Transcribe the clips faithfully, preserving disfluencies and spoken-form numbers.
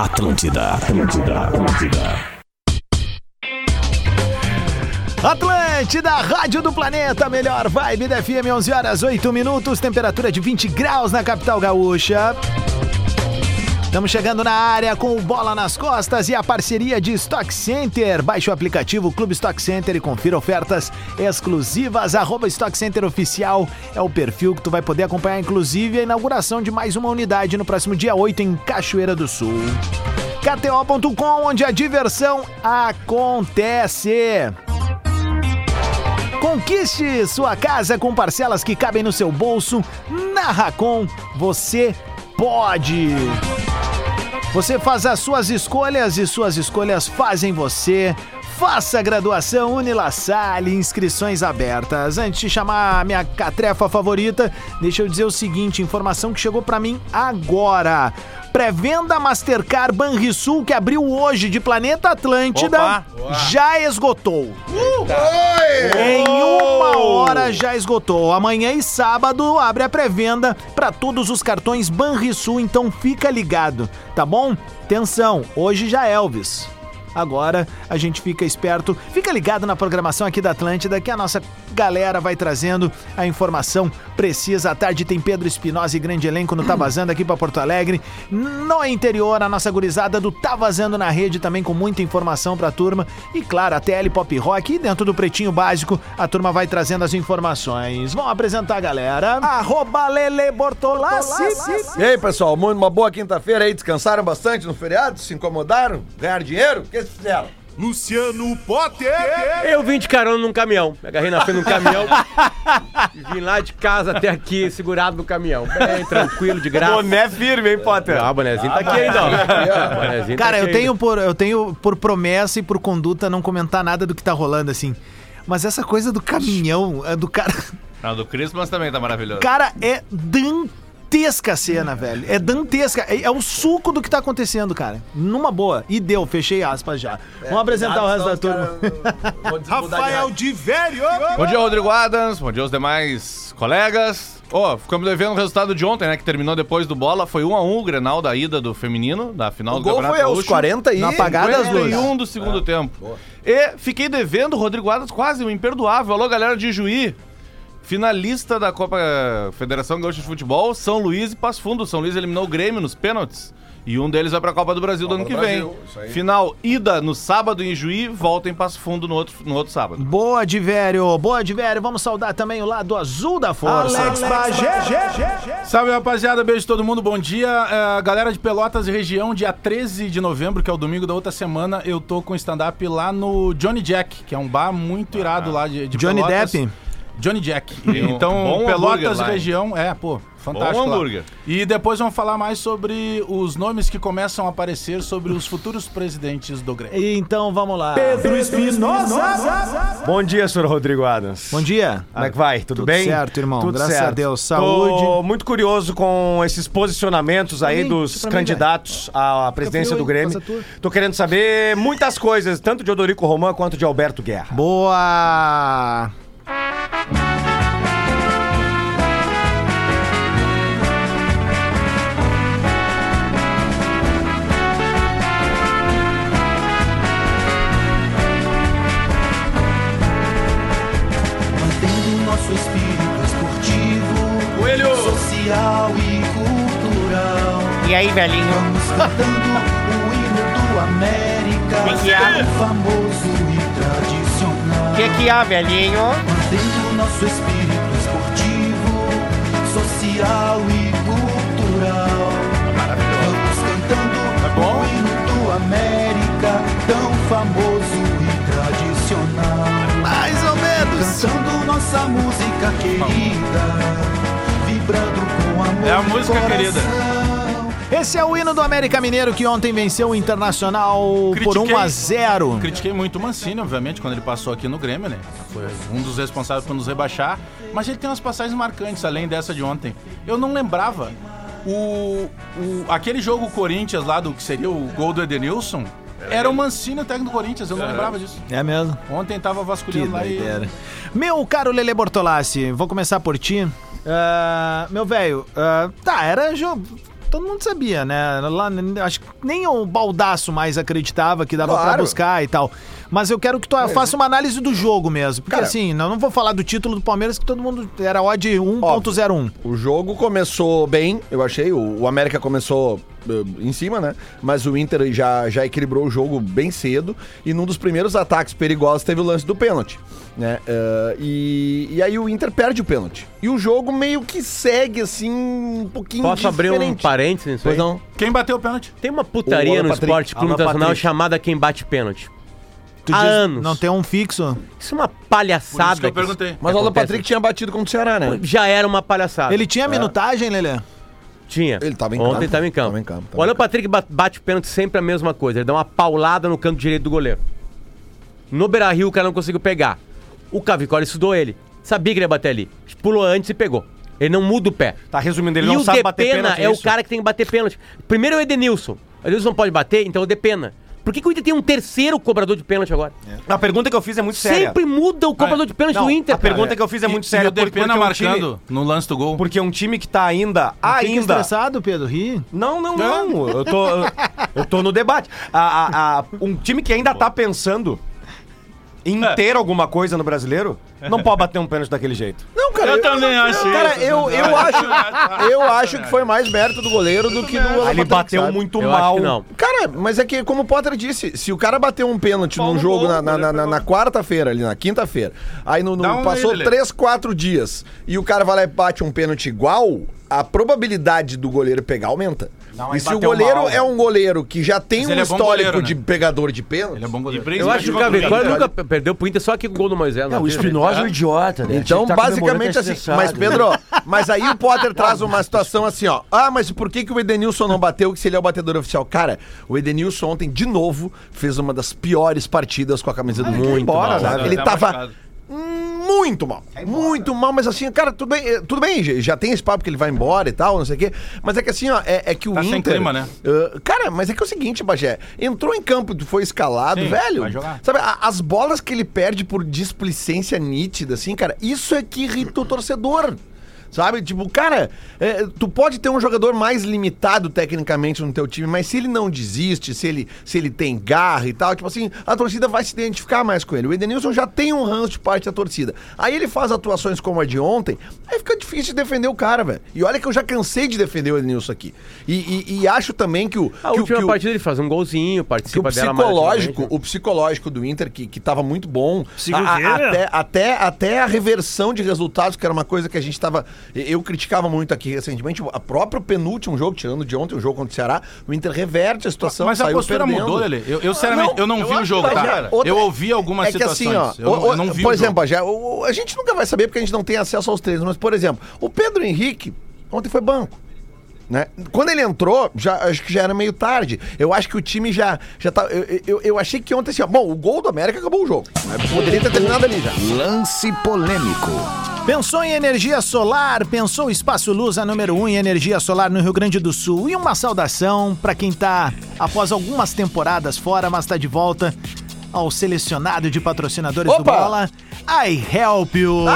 Atlântida, Atlântida, Atlântida. Atlântida, Rádio do Planeta, melhor vibe da F M, onze horas, oito minutos, temperatura de vinte graus na capital gaúcha. Estamos chegando na área com o Bola nas Costas e a parceria de Stock Center. Baixe o aplicativo Clube Stock Center e confira ofertas exclusivas. Arroba Stock Center Oficial é o perfil que tu vai poder acompanhar, inclusive, a inauguração de mais uma unidade no próximo dia oito em Cachoeira do Sul. K T O ponto com, onde a diversão acontece. Conquiste sua casa com parcelas que cabem no seu bolso. Na Racon, você pode. Você faz as suas escolhas e suas escolhas fazem você. Faça a graduação Unilassalle, inscrições abertas. Antes de chamar a minha catrefa favorita, deixa eu dizer o seguinte, informação que chegou pra mim agora. Pré-venda Mastercard Banrisul, que abriu hoje de Planeta Atlântida, Opa. já esgotou. Uh! Em uma hora já esgotou. Amanhã e sábado abre a pré-venda para todos os cartões Banrisul, então fica ligado, tá bom? Atenção, hoje já é Elvis. Agora a gente fica esperto, fica ligado na programação aqui da Atlântida, que a nossa galera vai trazendo a informação precisa. À tarde tem Pedro Espinosa e grande elenco no Tá Vazando aqui pra Porto Alegre. No interior, a nossa gurizada do Tá Vazando na Rede também com muita informação pra turma. E claro, a T L Pop Rock. E dentro do Pretinho Básico, a turma vai trazendo as informações. Vamos apresentar a galera. Arroba Lele Bortolassi. E aí, pessoal, uma boa quinta-feira aí. Descansaram bastante no feriado? Se incomodaram? Ganharam dinheiro? O que vocês fizeram? Luciano Potter! Eu vim de carona num caminhão. Me agarrei na frente de um caminhão e vim lá de casa até aqui, segurado no caminhão. Bem tranquilo, de graça. Boné firme, hein, Potter? Ah, o bonezinho tá aqui ainda, ó. Bonezinho Cara, tá eu aqui tenho, ainda. por, eu tenho por promessa e por conduta não comentar nada do que tá rolando, assim. Mas essa coisa do caminhão, é do cara... Não, do Christmas também tá maravilhoso. Cara, é dantesca a cena, velho. É dantesca. É, é o suco do que tá acontecendo, cara. Numa boa. E deu, fechei aspas já. É, Vamos apresentar o resto da turma. Rafael de Velho! Bom dia, Rodrigo Adams. Bom dia aos demais colegas. Ó, oh, ficamos devendo o resultado de ontem, né? Que terminou depois do bola. Foi um a um o Grenal da ida do feminino, da final o do gol Campeonato foi aos quarenta e... Na apagada das luzes. quarenta e um do segundo ah, tempo. Boa. E fiquei devendo o Rodrigo Adams quase um imperdoável. Alô, galera de Juí. Finalista da Copa Federação Gaúcha de Futebol, São Luís e Passo Fundo. São Luís eliminou o Grêmio nos pênaltis. E um deles vai pra Copa do Brasil Copa do ano que Brasil, vem. Final, ida no sábado em Juí, volta em Passo Fundo no outro, no outro sábado. Boa, Divério. Boa, Divério. Vamos saudar também o lado azul da força. Alex Bagé. Salve, rapaziada. Beijo de todo mundo. Bom dia. Uh, galera de Pelotas e região, dia treze de novembro, que é o domingo da outra semana, eu tô com stand-up lá no Johnny Jack, que é um bar muito irado ah. lá de, de Johnny Pelotas. Depp? Johnny Jack. Então, Pelotas e região, é, pô, fantástico. Bom hambúrguer. Lá. E depois vamos falar mais sobre os nomes que começam a aparecer sobre os futuros presidentes do Grêmio. Então vamos lá. Pedro Espinosa. Bom dia, senhor Rodrigo Adams. Bom dia. Como é que vai? Tudo, Tudo bem? Tudo certo, irmão. Tudo Graças certo. a Deus. Saúde. Tô muito curioso com esses posicionamentos aí mim, dos mim, candidatos à presidência do Grêmio. Tô querendo saber muitas coisas, tanto de Odorico Roman quanto de Alberto Guerra. Boa! Espírito esportivo, Coelho. Social e cultural. E aí, velhinho? Vamos cantando o hino do América, que que há? famoso e tradicional. Que que há, velhinho? Mantendo nosso espírito esportivo, social e cultural. Vamos cantando é bom? o hino do América, tão famoso e tradicional. Mais ou menos. Cantando nossa música querida, vibrando com amor. É a música coração. querida. Esse é o hino do América Mineiro, que ontem venceu o Internacional Critiquei, por um a zero. Critiquei muito o Mancini, obviamente, quando ele passou aqui no Grêmio, né? Foi um dos responsáveis por nos rebaixar. Mas ele tem umas passagens marcantes, além dessa de ontem. Eu não lembrava o, o aquele jogo Corinthians lá, do que seria o gol do Edenilson. Era o Mancini, o técnico do Corinthians, eu não é. lembrava disso. É mesmo? Ontem tava vasculhando lá e... Meu caro Lele Bortolassi, vou começar por ti. Uh, meu velho, uh, tá, era jogo... todo mundo sabia, né? Lá, acho que nem o Baldaço mais acreditava que dava Claro. pra buscar e tal. Mas eu quero que tu faça uma análise do jogo mesmo. Porque Cara, assim, eu não vou falar do título do Palmeiras, que todo mundo era odd um ponto zero um. O jogo começou bem, eu achei. O, o América começou uh, em cima, né? Mas o Inter já, já equilibrou o jogo bem cedo. E num dos primeiros ataques perigosos teve o lance do pênalti, né? Uh, e, e aí o Inter perde o pênalti. E o jogo meio que segue, assim, um pouquinho Posso abrir um diferente. parênteses nisso aí? Pois não. Quem bateu o pênalti? Tem uma putaria O Alan no Patrick. Esporte Clube Alan Internacional Patrick. chamada quem bate pênalti. Tu Há diz- anos. Não tem um fixo. Isso é uma Por isso palhaçada. que eu que perguntei. Mas o Alan acontece. Patrick tinha batido contra o Ceará, né? Já era uma palhaçada. Ele tinha minutagem, Lelê? Tinha. Ele tava em Ontem campo. ele tava em campo. Tava em campo, tava o Alan em campo. Patrick ba- bate pênalti sempre a mesma coisa. Ele dá uma paulada no canto direito do goleiro. No Beira-Rio o cara não conseguiu pegar. O Cavicoli estudou ele. Sabia que ele ia bater ali. Pulou antes e pegou. Ele não muda o pé. Tá resumindo, ele e não o sabe bater Depena pênalti. é o isso? cara que tem que bater pênalti. Primeiro é o Edenilson. O Edenilson não pode bater, então é o Depena. Por que, que o Inter tem um terceiro cobrador de pênalti agora? A pergunta que eu fiz é muito séria. Sempre muda o cobrador de pênalti Não, do Inter. a pergunta cara. que eu fiz é muito E- séria. E o Depena porque um time- marcando no lance do gol. Porque um time que tá ainda... Fica ainda... estressado, Pedro, ri. Não, não, não. Eu tô, eu tô no debate. A, a- a- um time que ainda tá pensando em ter alguma coisa no brasileiro, não pode bater um pênalti daquele jeito. Não, cara. Eu também acho Cara, isso. eu, eu acho. Eu acho que foi mais mérito do goleiro do que do Alan Aí ele Patrick, bateu sabe? muito Eu mal. acho que não. Cara, mas é que, como o Potter disse, se o cara bateu um pênalti num jogo na, na, na- na- na quarta-feira, ali na quinta-feira, aí no, no- Dá um passou aí, Lelê. três, quatro dias, e o cara vai lá e bate um pênalti igual, a probabilidade do goleiro pegar aumenta. Não, e aí se o bateu goleiro mal, é né? um goleiro que já tem Mas um ele é bom histórico goleiro, de né? pegador de pênalti, Ele é bom goleiro. Eu acho que o Cavicoli nunca perdeu pro Inter, só que o gol do Moisés. É, o na vida, né? Espinosa é um idiota, né? então, Tinha que tá basicamente comemorando, assim. tá estressado, Mas, né? Pedro, mas aí o Potter traz uma situação assim, ó. Ah, mas por que, que o Edenilson não bateu se ele é o batedor oficial? Cara, o Edenilson ontem, de novo, fez uma das piores partidas com a camisa do Muito embora, mal, né? Ele Tá tava machucado. muito mal. Muito mal, mas assim, cara, tudo bem, eh, tudo bem, já- já tem esse papo que ele vai embora e tal, não sei o quê. Mas é que assim, ó, é, é que o Tá Inter... sem clima, né? Uh, cara, mas é que é o seguinte, Bagé, entrou em campo, foi escalado, Sim, velho. vai jogar. Sabe, a- as bolas que ele perde por displicência nítida, assim, cara, isso é que irrita o torcedor. Sabe? Tipo, cara, é, tu pode ter um jogador mais limitado tecnicamente no teu time, mas se ele não desiste, se ele, se ele tem garra e tal, tipo assim, a torcida vai se identificar mais com ele. O Edenilson já tem um ranço de parte da torcida. Aí ele faz atuações como a de ontem, aí fica difícil de defender o cara, velho. E olha que eu já cansei de defender o Edenilson aqui. E, e- e acho também que o... A que, o- última que o- partida ele faz um golzinho, que o participa dela psicológico, mais o psicológico do Inter, que, que tava muito bom, Psico a- a- quê? até, até, até a reversão de resultados, que era uma coisa que a gente tava. Eu criticava muito aqui recentemente, a próprio penúltimo jogo, tirando de ontem o jogo contra o Ceará, o Inter reverte a situação. Mas a saiu postura perdendo. mudou, Lelê. Eu, eu sinceramente, eu não eu vi o acho jogo, que, tá? Bagé, outra- Eu ouvi algumas é que situações. assim, ó, eu, não- o- eu não vi por o exemplo, jogo. Bagé, o- o- a gente nunca vai saber porque a gente não tem acesso aos treinos, mas, por exemplo, o Pedro Henrique ontem foi banco. Né? Quando ele entrou, já, acho que já era meio tarde. Eu acho que o time já, já tá. Eu, eu, eu achei que ontem assim, ó, bom, o gol do América acabou o jogo. Né? Poderia ter terminado ali já. Lance polêmico. Pensou em energia solar? Pensou Espaço Luz, a número um em energia solar no Rio Grande do Sul. E uma saudação para quem tá após algumas temporadas fora, mas tá de volta ao selecionado de patrocinadores do Opa! Bola, I Help You.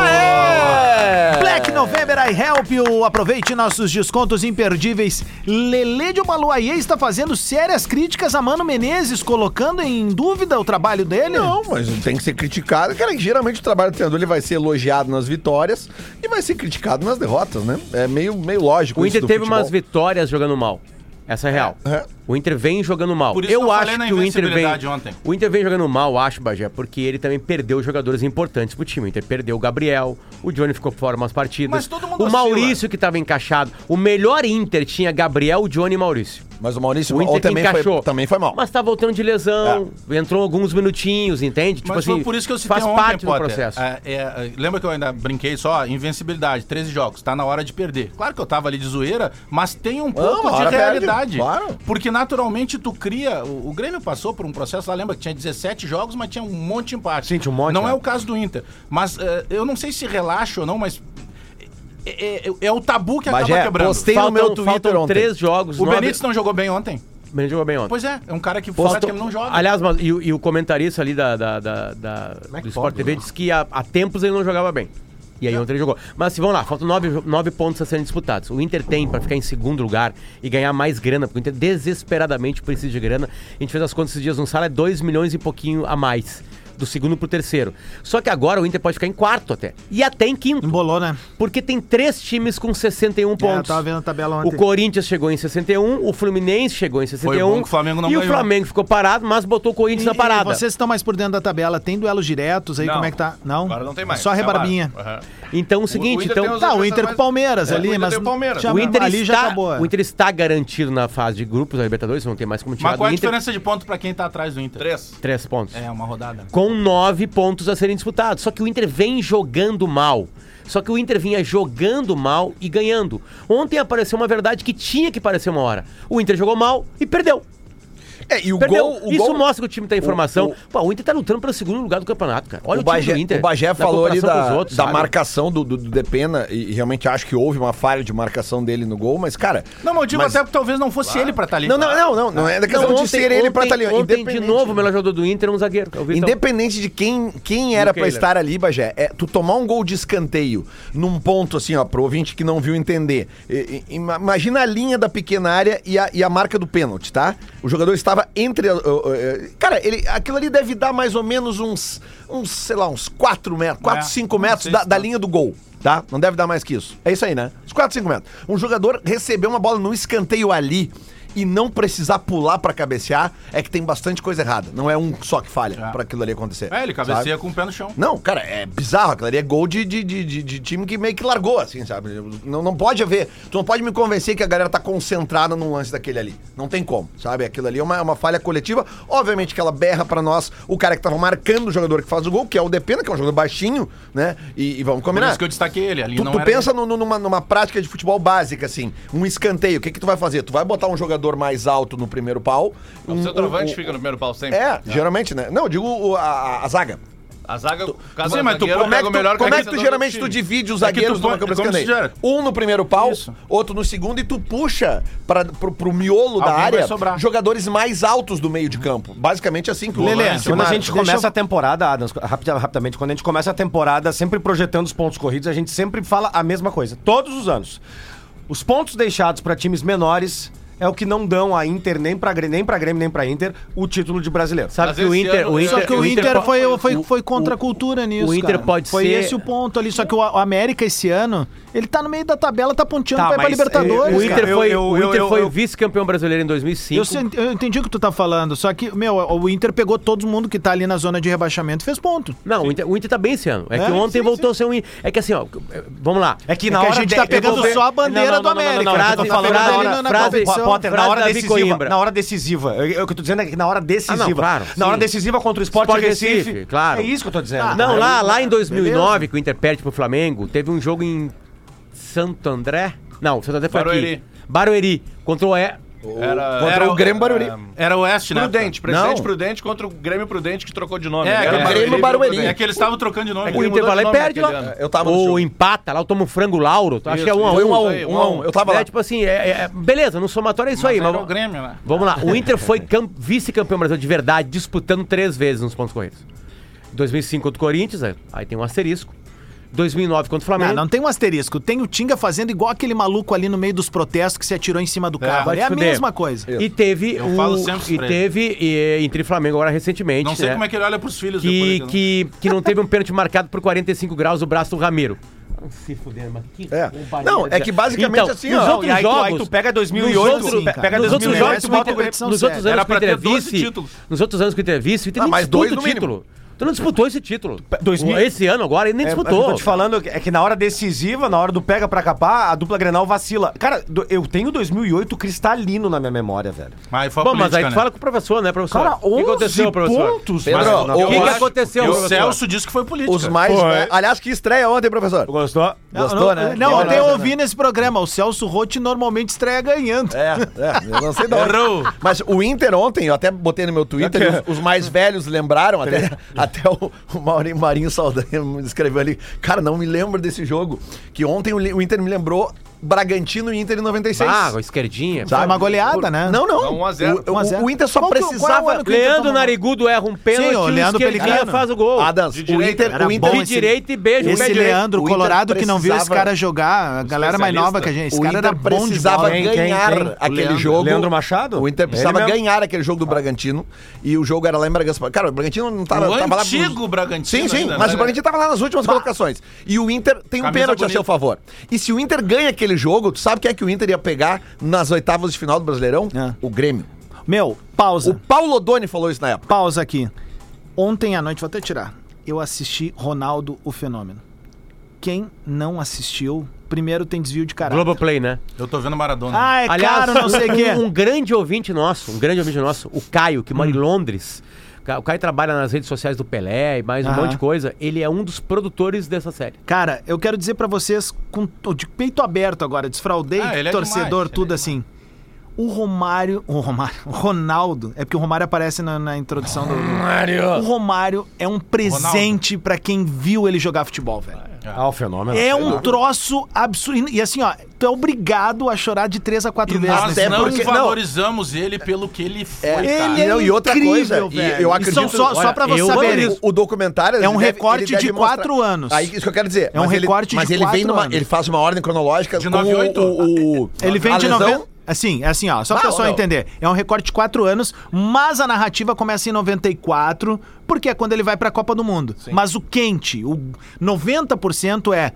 Aê! Black November I Help You. Aproveite nossos descontos imperdíveis. Lelê de Baluayê está fazendo sérias críticas a Mano Menezes, colocando em dúvida o trabalho dele? Não, mas tem que ser criticado. Cara, geralmente o trabalho do treinador ele vai ser elogiado nas vitórias e vai ser criticado nas derrotas, né? É meio, meio lógico O isso Inter do teve futebol. umas vitórias jogando mal. Essa é real. É. O Inter vem jogando mal. Por isso eu que eu acho falei na que o Inter vem. invencibilidade ontem. O Inter vem jogando mal, acho, Bagé, porque ele também perdeu jogadores importantes pro time. O Inter perdeu o Gabriel, o Johnny ficou fora umas partidas. Mas todo mundo o oscila. Maurício que tava encaixado. O melhor Inter tinha Gabriel, Johnny e Maurício. Mas o Maurício O Inter ontem que também encaixou. foi, também foi mal. Mas tá voltando de lesão, entrou alguns minutinhos, entende? Tipo Mas assim, foi por isso que eu citei faz ontem, parte do Potter. processo. É, é, lembra que eu ainda brinquei só? Invencibilidade, treze jogos, tá na hora de perder. Claro que eu tava ali de zoeira, mas tem um pouco uma de hora perde, realidade. claro. Porque naturalmente tu cria... O, o Grêmio passou por um processo lá, lembra que tinha dezessete jogos, mas tinha um monte de empate. Sim, tinha um monte, Não né? é o caso do Inter. Mas é, eu não sei se relaxa ou não, mas... É, é- é o tabu que acaba Bagé, quebrando. postei no meu Twitter faltam ontem. três jogos. O nove- Benítez não jogou bem ontem? O Benítez jogou bem ontem. Pois é, é um cara que Postou- praticamente não joga. Aliás, mas, e, o- e o comentarista ali da, da, da- da- é que do Sport pode, T V não? disse que há, há tempos ele não jogava bem. E aí ontem ele jogou. Mas assim, vamos lá, faltam nove, nove pontos a serem disputados. O Inter tem pra ficar em segundo lugar e ganhar mais grana, porque o Inter desesperadamente precisa de grana. A gente fez as contas esses dias no sala, é dois milhões e pouquinho a mais. Do segundo pro terceiro. Só que agora o Inter pode ficar em quarto até. E até em quinto. Embolou, né? Porque tem três times com sessenta e um pontos. É, eu tava vendo a tabela ontem. O Corinthians chegou em sessenta e um, o Fluminense chegou em sessenta e um. Foi bom que o Flamengo não e ganhou. o Flamengo ficou parado, mas botou o Corinthians E- na parada. e vocês estão mais por dentro da tabela. Tem duelos diretos aí? Não. Como é que tá? Não? Agora não tem mais. Só a rebarbinha. Aham. Então o seguinte, Inter então... tem os- Tá, o Inter com o Palmeiras É, ali, o Inter mas... tem o Palmeiras. já- O Inter, ali já está, acabou. o Inter está garantido na fase de grupos da Libertadores, não tem mais como tirar Mas qual é a do Inter. diferença de ponto pra quem tá atrás do Inter? Três. Três pontos. É, uma rodada. Com nove pontos a serem disputados. Só que o Inter vem jogando mal. Só que o Inter vinha jogando mal e ganhando. Ontem apareceu uma verdade que tinha que aparecer uma hora. O Inter jogou mal e perdeu. É, e o Perdeu. gol... O Isso gol... mostra que o time tem informação. o- O, Pô, o Inter tá lutando pelo segundo lugar do campeonato, cara. Olha o, o Bagé, time do Inter. o Bagé na falou ali comparação com da, os outros, da sabe? marcação do, do, do Depena e, e realmente acho que houve uma falha de marcação dele no gol, mas, cara... Não, mas eu digo mas- até que talvez não fosse ele pra estar ali. Não, não, não, não, não é da questão Não, de ontem- ser ele pra estar ali. Ontem, de Independente- novo, o melhor jogador do Inter é um zagueiro. É o Vitão. Independente de quem, quem era Do pra Kehler. estar ali, Bagé, é tu tomar um gol de escanteio num ponto assim, ó, pro ouvinte que não viu entender. E- e- ima- imagina a linha da pequena área e a, e a marca do pênalti, tá? O jogador estava entre. uh, uh, uh, cara, ele, aquilo ali deve dar mais ou menos uns, uns sei lá, uns quatro metros, quatro, É, cinco não metros sei da, se da tá. linha do gol. Tá? Não deve dar mais que isso. É isso aí, né? Uns quatro, cinco metros. Um jogador recebeu uma bola no escanteio ali e não precisar pular pra cabecear, é que tem bastante coisa errada. Não é um só que falha É. pra aquilo ali acontecer. É, ele cabeceia sabe? com o pé no chão. Não, cara, é bizarro. Aquilo ali é gol de, de, de, de- de time que meio que largou, assim, sabe? Não, não pode haver. Tu não pode me convencer que a galera tá concentrada num lance daquele ali. Não tem como, sabe? Aquilo ali é uma, é uma falha coletiva. Obviamente que ela berra pra nós o cara que tava marcando o jogador que faz o gol, que é o Depena, que é um jogador baixinho, né? E, e vamos Por combinar. isso que eu destaquei ele. Ali Tu, não tu era pensa ele. no- no- numa, numa prática de futebol básica, assim, um escanteio, o que que tu vai fazer? Tu vai botar um jogador mais alto no primeiro pau. O um- centroavante um- fica no primeiro pau sempre. É, geralmente, né? Não, eu digo o- a, a zaga. A zaga, caso Sim, o mas tu- zagueiro Como é pega que o tu, melhor como é que cabeceador tu do geralmente time. tu divide os É que tu zagueiros põe- numa câmera como escanteio? se gera. Um no primeiro pau, Isso. outro no segundo e tu puxa pra, pro, pro miolo da Alguém vai área sobrar. jogadores mais altos do meio de campo. Basicamente assim que o Lelê, volante Quando a marca. gente Deixa começa eu- a temporada, Adams, rapida- rapidamente, quando a gente começa a temporada sempre projetando os pontos corridos, a gente sempre fala a mesma coisa, todos os anos. Os pontos deixados para times menores é o que não dão a Inter, nem pra, Grê- nem pra Grêmio, nem pra Inter, o título de brasileiro. Sabe Mas que o esse Inter, ano- o Inter... Só que o Inter po- foi, foi, o- foi contra a cultura nisso, o Inter cara. pode Foi ser- esse o ponto ali. Só que o o América esse ano, ele tá no meio da tabela, tá ponteando Tá, pra ir pra mas, Libertadores, eh, O cara. Inter eu- foi, eu- o eu- Inter eu- foi eu- vice-campeão brasileiro em dois mil e cinco. Eu, sei- eu entendi o que tu tá falando, só que, meu, o Inter pegou todo mundo que tá ali na zona de rebaixamento e fez ponto. Não, o Inter, o Inter tá bem esse ano. É, É, que ontem sim, voltou a ser um... É que assim, ó, vamos lá. É que É na que a hora gente de- tá eu pegando vou ver- só a bandeira Não, não, do não, não, América. não, não, frase- eu tô tá falando pegando na ali hora, na frase- competição. Potter, na frase hora da Davi decisiva, Coimbra. na hora decisiva. Eu, eu, o que eu tô dizendo é que na hora decisiva. Ah, não, claro, na hora sim. decisiva contra o Sport, Sport Recife, Recife, claro. É isso que eu tô dizendo. Ah, Não, lá, lá em dois mil e nove, beleza. que o Inter perde pro Flamengo, teve um jogo em Santo André. Não, Santo André foi Barueri. aqui. Barueri. Contra o... E... Era, Contra era o Grêmio Barueri. Era o Oeste, né? Prudente, presidente Não. Prudente contra o Grêmio Prudente que trocou de nome. É, Ele era era o Grêmio Barueri. É que eles estavam trocando de nome. É que O ele Inter mudou vai lá de e nome perde naquele lá. ano. Eu tava no Ou jogo. empata, lá eu tomo frango Lauro. Acho que é um a um. Foi um a um, Isso aí, um a um. Eu tava É, lá. tipo assim, é, é- beleza, no somatório é isso aí. Mas era Mas, o Grêmio, né? vamos lá, o Inter foi cam- vice-campeão brasileiro de verdade, disputando três vezes nos pontos corridos. dois mil e cinco contra o Corinthians, aí aí tem um asterisco. dois mil e nove contra o Flamengo. Não, não tem um asterisco. Tem o Tinga fazendo igual aquele maluco ali no meio dos protestos que se atirou em cima do carro. vai É, te a fuder. mesma coisa. E teve Eu o, falo sempre e pra teve e, entre Flamengo agora recentemente, Não sei né, como é que ele olha pros filhos que, depois. que, que não teve um pênalti marcado por quarenta e cinco graus o braço do Ramiro. Não se fuder, mas que É. roubalheira. Não, é que basicamente Então, assim, nos ó. outros e aí tu- jogos, aí tu pega dois mil e nos oito, outros- sim, cara. pega nos outros dois mil e oito, jogos, o bota Inter- competição nos outros séria. anos Era que o pra Inter é ter doze vice, títulos. nos outros anos que o Inter é vice, o Inter Ah, nem mais disputa dois o no mínimo. título. Tu não disputou esse título. dois mil Esse ano agora ele nem É, disputou. Eu tô te falando é que na hora decisiva, na hora do pega pra capar, a dupla Grenal vacila. Cara, do- eu tenho dois mil e oito cristalino na minha memória, velho. Mas foi a Bom, mas aí política, tu né? fala com o professor, né, professor? Cara, o que aconteceu, onze professor? pontos. Pedro, Mas- o- O que, que acho- aconteceu, E o professor? Celso disse que foi política. Os mais. Foi. Aliás, que estreia ontem, professor. Gostou? Gostou, não, né? Não, Não, eu até não, ouvi nesse programa. O Celso Rotti normalmente estreia ganhando. É, é, eu não sei de onde. Errou. Mas o Inter ontem, eu até botei no meu Twitter, os, os mais velhos lembraram, até, até o, o Maurinho, Marinho Saldanha me escreveu ali, cara, não me lembro desse jogo, que ontem o, Li- o Inter me lembrou Bragantino e Inter em noventa e seis. Ah, a esquerdinha. Foi uma goleada, né? Não, não. um a zero. O, um a zero. o, o Inter só Qual que- qual é o precisava... ano que o Inter Leandro tomou? Narigudo erra um pênalti Sim, o e Leandro esquerdinha Pellegrino. faz o gol. Adams, De o direita. Inter... Era O Inter bom De esse- direita e beijo no pé Esse direito. Leandro O Inter Colorado que não viu esse precisava- cara jogar, a galera mais nova que a gente. Esse o cara Inter era bom de precisava bola. Quem, quem, ganhar quem? aquele Leandro. jogo. Leandro Machado? O Inter Ele precisava mesmo. ganhar aquele jogo do Bragantino. E o jogo era lá em Bragança. Cara, o Bragantino não tava, O tava lá... antigo Bragantino Sim, sim, ainda, mas né? o Bragantino tava lá nas últimas colocações. E o Inter tem um Camisa pênalti a bonita. seu favor. E se o Inter ganha aquele jogo, tu sabe quem é que o Inter ia pegar nas oitavas de final do Brasileirão? É. O Grêmio. Meu, O pausa. Paulo Odoni falou isso na época. Pausa aqui. Ontem à noite, vou até tirar. Eu assisti Ronaldo, o Fenômeno. Quem não assistiu, primeiro tem desvio de caráter. Globoplay, né? Eu tô vendo Maradona. Ah, é caro, não sei o quê. um, um grande ouvinte nosso, um grande ouvinte nosso, o Caio, que mora Hum. em Londres. Ca- O Caio trabalha nas redes sociais do Pelé e mais um Aham. monte de coisa. Ele é um dos produtores dessa série. Cara, eu quero dizer pra vocês, com tô de peito aberto agora, desfraudei Ah, ele é torcedor, demais, tudo ele é assim. O Romário, o Romário, o Ronaldo, é porque o Romário aparece na, na introdução do... O Romário é um presente pra quem viu ele jogar futebol, velho. Ah, o fenômeno. É um troço absurdo. E assim, ó, tu é obrigado a chorar de três a quatro E vezes. nós nesse até não porque- valorizamos ele pelo que ele foi, É, cara. Ele E é não, e outra incrível, coisa, e velho. eu E acredito- são só, só olha, pra vocês eu saberem. valorizo. O, o documentário... É um ele deve- recorte ele deve de mostrar- quatro anos. Aí, isso que eu quero dizer. É um mas ele- recorte de Mas ele vem quatro numa... anos. Ele faz uma ordem cronológica De com nove e oito? o... o- Ele vem a de lesão. noventa. Assim, é assim, ó, só Não, pra pessoal não. entender. É um recorte de quatro anos, mas a narrativa começa em noventa e quatro, porque é quando ele vai pra Copa do Mundo. Mas o quente, o noventa por cento é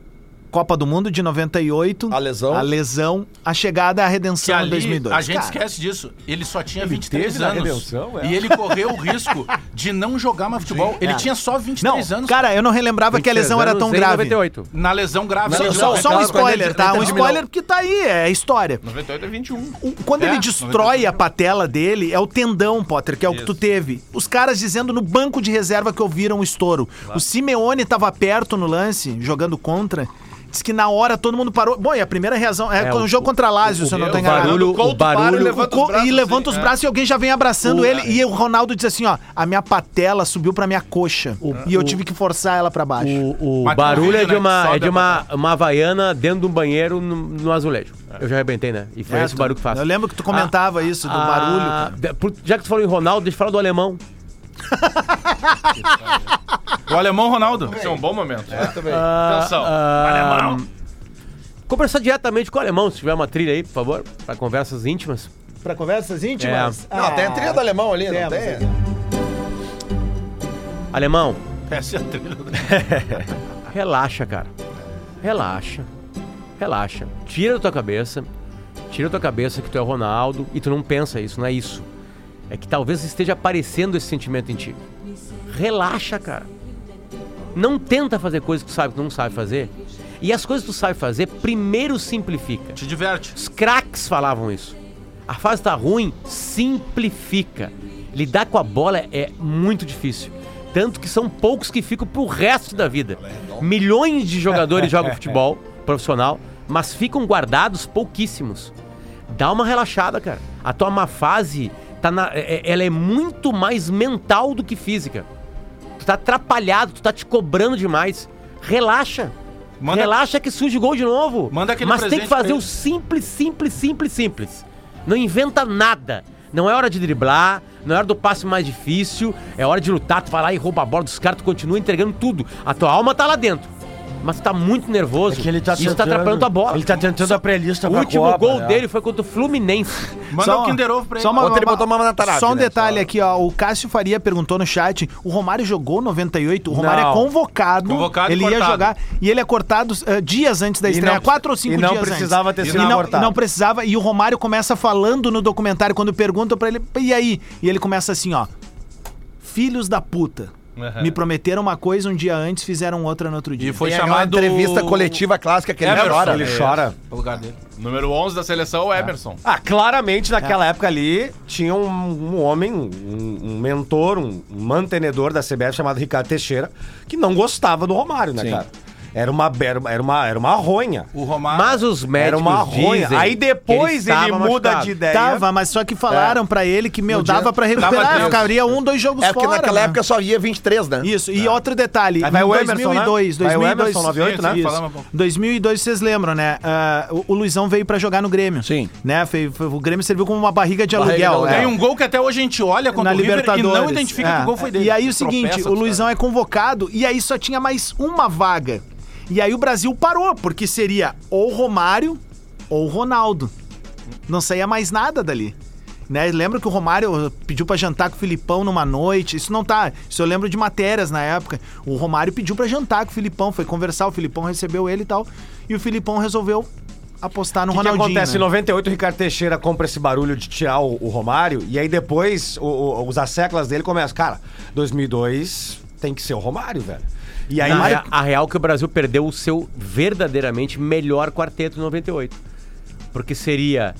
Copa do Mundo de noventa e oito. A lesão. A lesão, a chegada à Que redenção em ali, dois mil e dois. a gente Cara, esquece disso. Ele só tinha Ele vinte e três teve na anos. redenção, é. E ele correu o risco de não jogar mais futebol. Ele É. tinha só vinte e Não, três anos. cara, eu não relembrava que a lesão era tão Em grave. noventa e oito. Na lesão grave. Só, ele só- não- só um Quando spoiler, ele- tá? ele Um terminou. spoiler porque tá aí, é história. noventa e oito é vinte e um. O- Quando É, ele destrói a patela dele, é o tendão, Potter, que é o que tu teve. Os caras dizendo no banco de reserva que ouviram o estouro. O Simeone tava perto no lance, jogando contra. Diz que na hora todo mundo parou. Bom, e a primeira reação é, É, um o- jogo contra a Lazio, se eu não tô o enganado. barulho- O Couto o barulho- para e o levanta, co- os braços, e levanta os assim, braços e alguém já vem abraçando ele. E o Ronaldo diz assim, ó, a minha patela subiu pra minha coxa. e eu tive que forçar ela pra baixo. O, o Mas tem um barulho vídeo, é de né, que uma, sobe é de a uma, uma havaiana dentro de um banheiro no, no azulejo. Eu já arrebentei, né? E foi É, esse o tu- barulho que faz. Eu lembro que tu comentava isso, do Ah, barulho. cara. de- por- Já que tu falou em Ronaldo, deixa eu falar do alemão. O alemão Ronaldo. Esse é um bom momento. Ah, Atenção. ah, Alemão. Conversar diretamente com o alemão, se tiver uma trilha aí, por favor, para conversas íntimas. Pra conversas íntimas? É. Não, tem a trilha do alemão ali, não temos tem? aqui. Alemão, Essa é a trilha. relaxa, cara. Relaxa. Relaxa. Tira da tua cabeça. Tira da tua cabeça que tu é o Ronaldo e tu não pensa isso, não é isso. É que talvez esteja aparecendo esse sentimento em ti. Relaxa, cara. Não tenta fazer coisas que tu sabe que tu não sabe fazer. E as coisas que tu sabe fazer, primeiro simplifica. Te diverte. Os craques falavam isso. A fase tá ruim, simplifica. Lidar com a bola é muito difícil. Tanto que são poucos que ficam pro resto da vida. Milhões de jogadores jogam futebol profissional, mas ficam guardados pouquíssimos. Dá uma relaxada, cara. A tua má fase, tá na, é- ela é muito mais mental do que física. Tu tá atrapalhado, tu tá te cobrando demais. Relaxa. Manda- Relaxa que surge gol de novo. Manda aquele Mas tem que presente pra fazer o ele. simples, simples, simples, simples. Não inventa nada. Não é hora de driblar, não é hora do passe mais difícil, é hora de lutar, tu vai lá e rouba a bola dos caras, tu continua entregando tudo. A tua alma tá lá dentro. Mas tu tá muito nervoso. É que ele tá Isso tá tentando- atrapalhando tua bola. Ele tá tentando a pré-lista O pra último Copa, gol né? dele foi contra o Fluminense. Manda Só o uma- Kinder Ovo pra ele. Só uma, Ontem ele botou uma na tarafta, Só um né? detalhe Só- aqui, ó. O Cássio Faria perguntou no chat: o Romário jogou noventa e oito? O Romário Não. é convocado. Convocado e ele ia cortado. jogar e ele é cortado eh, dias antes da E estreia, não- quatro ou cinco e não dias precisava antes. ter E sido não, cortado. e não precisava. E o Romário começa falando no documentário, quando perguntam pra ele, e aí? E ele começa assim, ó. Filhos da puta. Uhum. Me prometeram uma coisa um dia antes, fizeram outra no outro dia. E foi Tem aquela chamado... entrevista coletiva clássica que ele Emerson, chora. Ele chora. No lugar dele. Número onze da seleção, o Emerson. Ah, claramente naquela época ali tinha um, um homem, um, um mentor, um mantenedor da C B F chamado Ricardo Teixeira, que não gostava do Romário, né, Sim. cara? Era uma, era, uma- era uma, era uma ronha. O Romário... Mas os médicos Era uma ronha. dizem Aí depois que ele, estava muda machucado. de ideia. Tava, mas só que falaram pra ele que, meu, No dia- dava pra Tava recuperar. tenso. Ficaria um, dois jogos É porque fora. naquela né? época só ia vinte e três, né? Isso, e outro detalhe. Aí vai em o Emerson, dois mil e dois, né? Vai o dois mil e dois, Emerson, noventa e oito, Sim, né? sim, Isso. falamos um pouco. dois mil e dois, vocês lembram, né? Ah, o, o Luizão veio pra jogar no Grêmio. Sim. Né? Foi, foi- o Grêmio serviu como uma barriga de Barriga de aluguel. aluguel. é. Tem um gol que até hoje a gente olha contra Na o River e Libertadores. não identifica É. que o gol foi dele. E aí o seguinte, Tropeça, o Luizão é convocado e aí só tinha mais uma vaga. E aí o Brasil parou, porque seria ou Romário ou Ronaldo. Não saía mais nada dali. Né? Lembra que o Romário pediu pra jantar com o Filipão numa noite? Isso não tá... Isso eu lembro de matérias na época. O Romário pediu pra jantar com o Filipão, foi conversar, o Filipão recebeu ele e tal. E o Filipão resolveu apostar no O que, que Ronaldinho. acontece? né? Em noventa e oito, o Ricardo Teixeira compra esse barulho de tirar o, o Romário, e aí depois o- o- os asseclas dele começam. Cara, dois mil e dois tem que ser o Romário, velho. E aí, Na Mário- rea- a real é que o Brasil perdeu o seu verdadeiramente melhor quarteto em noventa e oito. Porque seria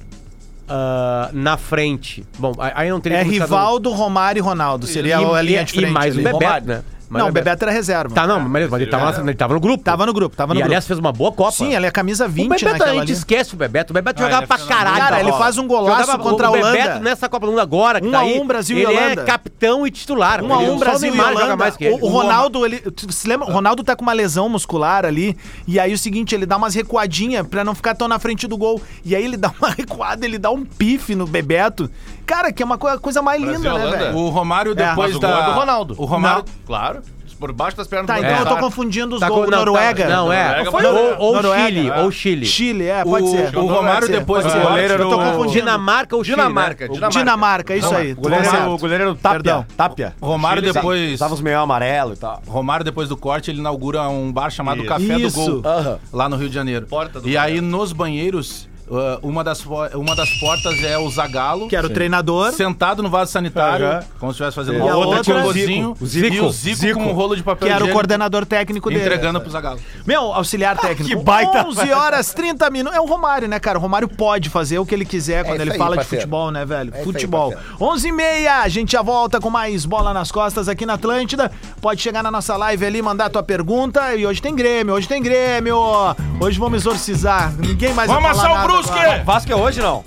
ah, na frente. Bom, aí aí não teria É como cada um- Rivaldo, Romário e Ronaldo. Seria e, a linha de e frente. mais o ali. Bebeto, Romário. né? Mais Não, o Bebeto era reserva. Tá, não, mas mas ele tava, lá- ele tava no grupo. Tava no grupo, tava no e grupo. aliás fez uma boa Copa. Sim, ele é camisa O vinte Bebeto, a naquela gente ali. esquece o Bebeto. O Bebeto Ah, jogava ele é pra fenomenal. caralho. Cara, na ele bola. faz um golaço Jogava- contra a o Holanda. Bebeto nessa Copa do Mundo agora, que Um tá a aí, um, Brasil e ele Holanda. é capitão e titular. Um a um, Só o Brasil e Neymar joga Holanda. mais que ele. O, o Ronaldo, ele, tu se lembra? O Ronaldo tá com uma lesão muscular ali. E aí o seguinte, ele dá umas recuadinhas pra não ficar tão na frente do gol. E aí ele dá uma recuada, ele dá um pife no Bebeto. Cara, que é uma co- coisa mais Brasil linda, e né, Holanda. velho? O Romário É, depois Mas o da... gol é do Ronaldo. O Romário... Claro. Por baixo das pernas Tá, do então eu tô Ronaldo. confundindo os Tá gols. com- não, Noruega. tá- Não, é. Noruega, Foi mas- ou, ou Noruega, Chile, é. ou Chile. Chile, é, pode o, ser. o Romário Pode ser, depois pode do ser. goleiro Eu tô era o- confundindo. Dinamarca ou Chile, Dinamarca, né? Dinamarca. Dinamarca, isso aí. o goleiro era o Exato. goleiro era o Tapia. Perdão. Tapia. Romário Chile, depois... Usava os meião amarelo e tal. Romário, depois do corte, ele inaugura um bar chamado Isso. Café Isso. do Gol, Aham. lá no Rio de Janeiro. Porta do e Bar. aí, nos banheiros, uh, uma, das, po- uma das portas é o Zagallo, Que era o treinador. sentado no vaso sanitário, Aham. como se estivesse fazendo E uma a outra outra- com o Zico. O Zico. E o Zico, Zico. com um rolo de papel Que era o higiênico, coordenador técnico dele. entregando pro Zagallo. Meu, auxiliar técnico. Que baita. onze horas, trinta minutos. É o Romário, né, cara? O Romário pode fazer o que ele quiser quando isso ele aí, fala de parceiro. futebol, né, velho? É isso aí, futebol. parceiro. onze e meia, a gente já volta com mais Bola nas Costas aqui na Atlântida. Pode chegar na nossa live ali, mandar tua pergunta. E hoje tem Grêmio, hoje tem Grêmio. Hoje vamos exorcizar. Ninguém mais Vamos vai falar amassar o nada Brusque! agora. Vasco é hoje, não?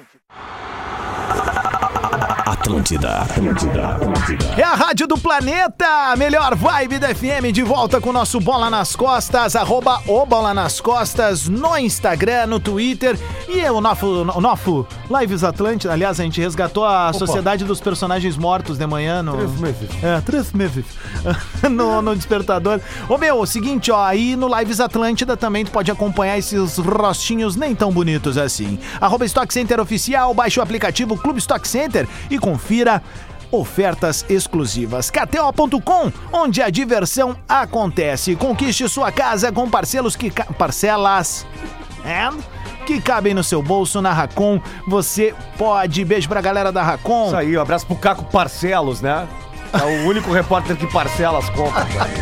Atlântida, Atlântida, Atlântida. É a Rádio do Planeta, a melhor vibe da F M, de volta com o nosso Bola nas Costas, arroba o Bola nas Costas, no Instagram, no Twitter e o nosso, o nosso Lives Atlântida. Aliás, a gente resgatou a Sociedade dos Personagens Mortos de manhã no... Três meses. É, três meses. no, no Despertador. Ô meu, o seguinte, ó, aí no Lives Atlântida também tu pode acompanhar esses rostinhos nem tão bonitos assim. Arroba Stock Center Oficial, baixe o aplicativo Clube Stock Center e confira ofertas exclusivas. K T O ponto com, onde a diversão acontece. Conquiste sua casa com parcelos que ca- parcelas and que cabem no seu bolso. Na Racon você pode. Beijo pra galera da Racon. Isso aí, um abraço pro Caco Parcelos, né? É o único repórter que parcela as compras.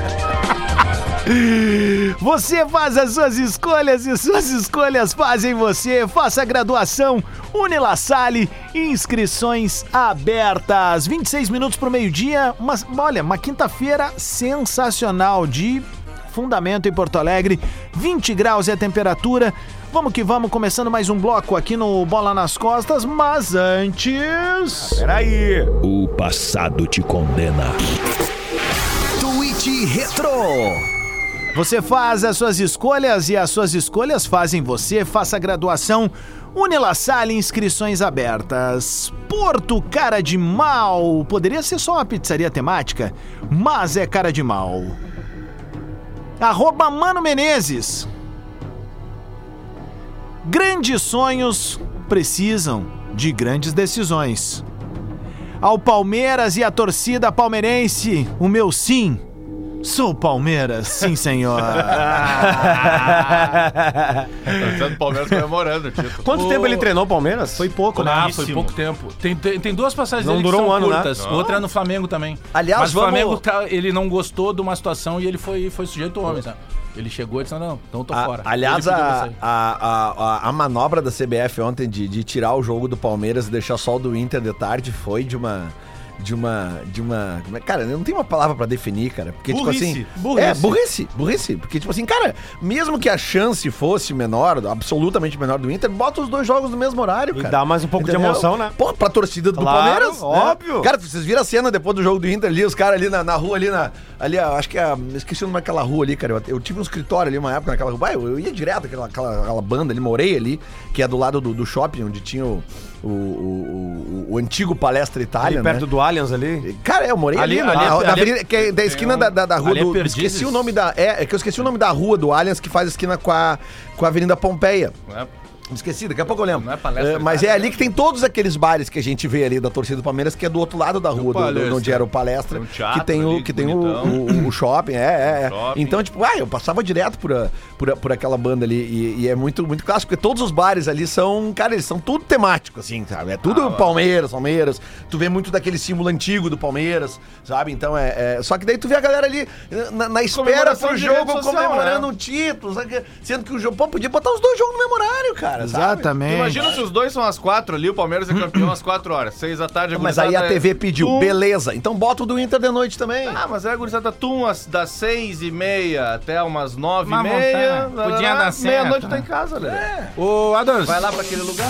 Você faz as suas escolhas e suas escolhas fazem você. Faça a graduação Unila Salle, inscrições abertas. vinte e seis minutos pro meio-dia. Uma, olha, uma quinta-feira sensacional de fundamento em Porto Alegre. vinte graus é a temperatura. Vamos que vamos, começando mais um bloco aqui no Bola nas Costas, mas antes... Peraí. O passado te condena. Tweet Retro. Você faz as suas escolhas e as suas escolhas fazem você. Faça a graduação Unila Salle, inscrições abertas. Porto Cara de Mal. Poderia ser só uma pizzaria temática, mas é cara de mal. Arroba Mano Menezes. Grandes sonhos precisam de grandes decisões. Ao Palmeiras e à torcida palmeirense, o meu sim. Sou Palmeiras, sim senhor. Tá do Palmeiras comemorando o título. Quanto O- tempo ele treinou o Palmeiras? Foi pouco, né? Ah, foi pouco tempo. Tem, tem, tem duas passagens Não dele durou que um são ano, né? curtas. Outra é no Flamengo também. Aliás, Mas o vamos- Flamengo, tá- ele não gostou de uma situação e ele foi, foi sujeito homem, sabe? Ele chegou e disse, não, não, então eu tô A- fora. aliás, Ele pediu pra a, sair. a, a, a, a manobra da C B F ontem de, de tirar o jogo do Palmeiras e deixar só o do Inter de tarde foi de uma, de uma, de uma, como é- cara, eu não tenho uma palavra pra definir, cara, porque Burrice. tipo assim, Burrice. é, burrice, burrice, porque tipo assim, cara, mesmo que a chance fosse menor, absolutamente menor do Inter, bota os dois jogos no mesmo horário, E cara. dá mais um pouco de Entendeu? emoção, né? Pô, pra torcida do Claro, Palmeiras, né? óbvio. Cara, vocês viram a cena depois do jogo do Inter ali, os caras ali na, na rua ali, na, ali, eu acho que é, a- eu esqueci o nome daquela rua ali, cara, eu, eu tive um escritório ali uma época naquela rua, eu, eu ia direto aquela, aquela, aquela banda ali, morei ali, que é do lado do, do shopping, onde tinha o, o, o, o- o antigo Palestra Itália, Ali né? perto do Allianz ali. Cara, eu morei ali, Ali- na, ali é- na, na ali é- avenida, que é da esquina da, da, da rua ali é do... Perdizes. esqueci o nome da... É, é que eu esqueci o nome da rua do Allianz que faz esquina com a, com a Avenida Pompeia. Não é- Esqueci, daqui a pouco eu lembro. Não é Palestra É, mas é Itália, ali que tem todos aqueles bares que a gente vê ali da torcida do Palmeiras, que é do outro lado da rua, do, Palestra. do- onde era o Palestra, Tem um teatro que tem o, ali, que tem o, bonitão. o, o shopping, é, é, é. Shopping. Então, tipo, ah, eu passava direto por, a- por, a- por aquela banda ali e, e é muito, muito clássico, porque todos os bares ali são, cara, eles são tudo temático, assim, sabe? É tudo Ah, Palmeiras, Palmeiras. Tu vê muito daquele símbolo antigo do Palmeiras, sabe? Então é, é- só que daí tu vê a galera ali na, na espera Comemoração pro de jogo, rede social, comemorando né? um título, sabe? Sendo que o jogo, pô, podia botar os dois jogos no mesmo horário, cara, sabe? Exatamente. Imagina se os dois são às quatro ali, o Palmeiras é campeão às quatro horas. Seis da tarde, a Mas aí a gurizada T V é- pediu, Tum. beleza, então bota o do Inter de noite também. Ah, mas aí a gurizada tum as- das seis e meia até umas nove e Má meia. vontade. Podia dar certo, Meia-noite né? tá em casa, Lelê. Ô, Adams. Vai lá pra aquele lugar.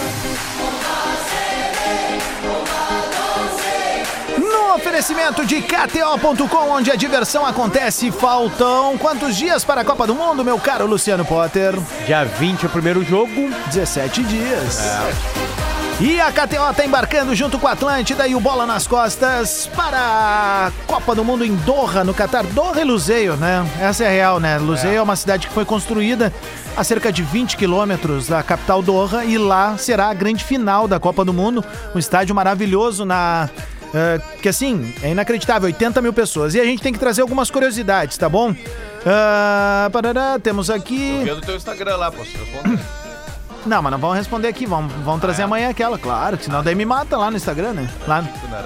No oferecimento de K T O ponto com, onde a diversão acontece, faltam quantos dias para a Copa do Mundo, meu caro Luciano Potter? Dia vinte é o primeiro jogo. dezessete dias. E a K T O tá embarcando junto com a Atlântida e o Bola nas Costas para a Copa do Mundo em Doha, no Catar. Doha e Luseio, né? Essa é a real, né? Luseio é. uma cidade que foi construída a cerca de vinte quilômetros da capital Doha e lá será a grande final da Copa do Mundo. Um estádio maravilhoso na... Uh, que assim, é inacreditável, oitenta mil pessoas. E a gente tem que trazer algumas curiosidades, tá bom? Uh, parará, temos aqui... Vê do teu Instagram lá, posso responder. Não, mas não vamos responder aqui, vamos, vamos trazer amanhã aquela, claro, que senão daí me mata lá no Instagram, né? Lá...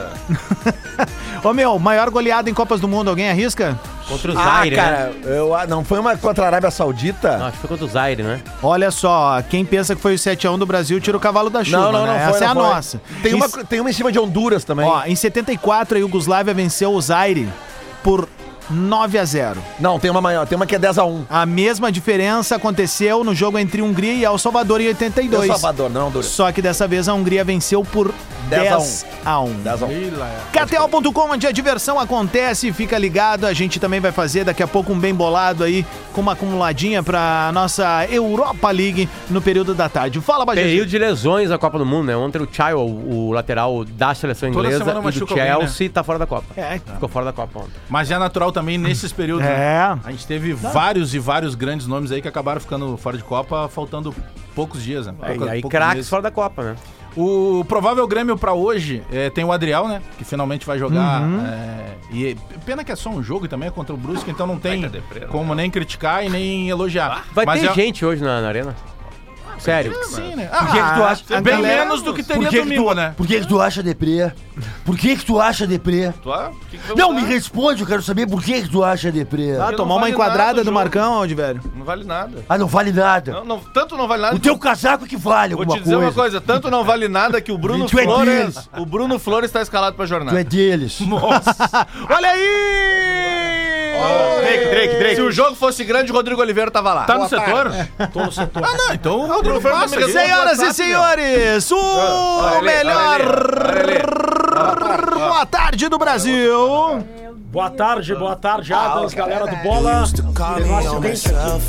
Ô meu, maior goleada em Copas do Mundo, alguém arrisca? Contra o Ah, Zaire, né? cara, eu, ah, não foi uma contra a Arábia Saudita? Não, acho que foi contra o Zaire, né? Olha só, quem pensa que foi o sete a um do Brasil tira o cavalo da chuva, Não, não, não, né? foi, Essa é a não foi. nossa. Tem Em- uma, tem uma em cima de Honduras também. Ó, em setenta e quatro a Iugoslávia venceu o Zaire por nove a zero. Não, tem uma maior, tem uma que é dez a um. A mesma diferença aconteceu no jogo entre Hungria e El Salvador em oitenta e Deu dois. Salvador, não Honduras. Só que dessa vez a Hungria venceu por dez a um. dez a um. K T O ponto com, onde a diversão acontece, fica ligado, a gente também vai fazer daqui a pouco um bem bolado aí, com uma acumuladinha pra nossa Europa League no período da tarde. Fala, Bajé. Período de lesões da Copa do Mundo, né? Ontem o Chilwell, o lateral da seleção Toda inglesa semana e do machuca alguém, Chelsea, tá fora da Copa. É. Ficou fora da Copa ontem. Mas é natural também nesses períodos. É. Né? A gente teve vários e vários grandes nomes aí que acabaram ficando fora de Copa, faltando poucos dias, né? É, Pouca- e aí poucos craques meses. fora da Copa, né? O provável Grêmio pra hoje é, tem o Adriel, né? Que finalmente vai jogar. é, e pena que é só um jogo e também é contra o Brusque, então não tem como nem criticar e nem elogiar. Vai Mas ter é- gente hoje na, na arena? Sério? Sim, né? Por que que tu acha? a Bem galera- menos do que Por teria que que domingo, tu, né? por que que tu acha deprê? Por que que tu acha deprê? Tu, ah, que que Não, vamos me dar? responde, eu quero saber por que que tu acha deprê. Ah, Porque tomar não uma vale enquadrada nada o do jogo. Marcão, onde, velho? Não vale nada. Ah, não vale nada. Não, não- tanto não vale nada. O teu casaco que vale Vou alguma te dizer coisa. uma coisa, tanto não vale nada que o Bruno Tu é Flores. deles. O Bruno Flores tá escalado pra Tu jornada. é deles. Olha aí! Drake, Drake, Drake. Se o jogo fosse grande, o Rodrigo Oliveira tava lá. Tá no setor? Tô no setor. Ah, não, então o Rodrigo Rodrigo passa Fernandes aqui. Senhoras e senhores, o Olha ali, melhor olha ali, olha ali. boa tarde do Brasil. Boa tarde, boa tarde, Adams, galera do Bola. Negócio bem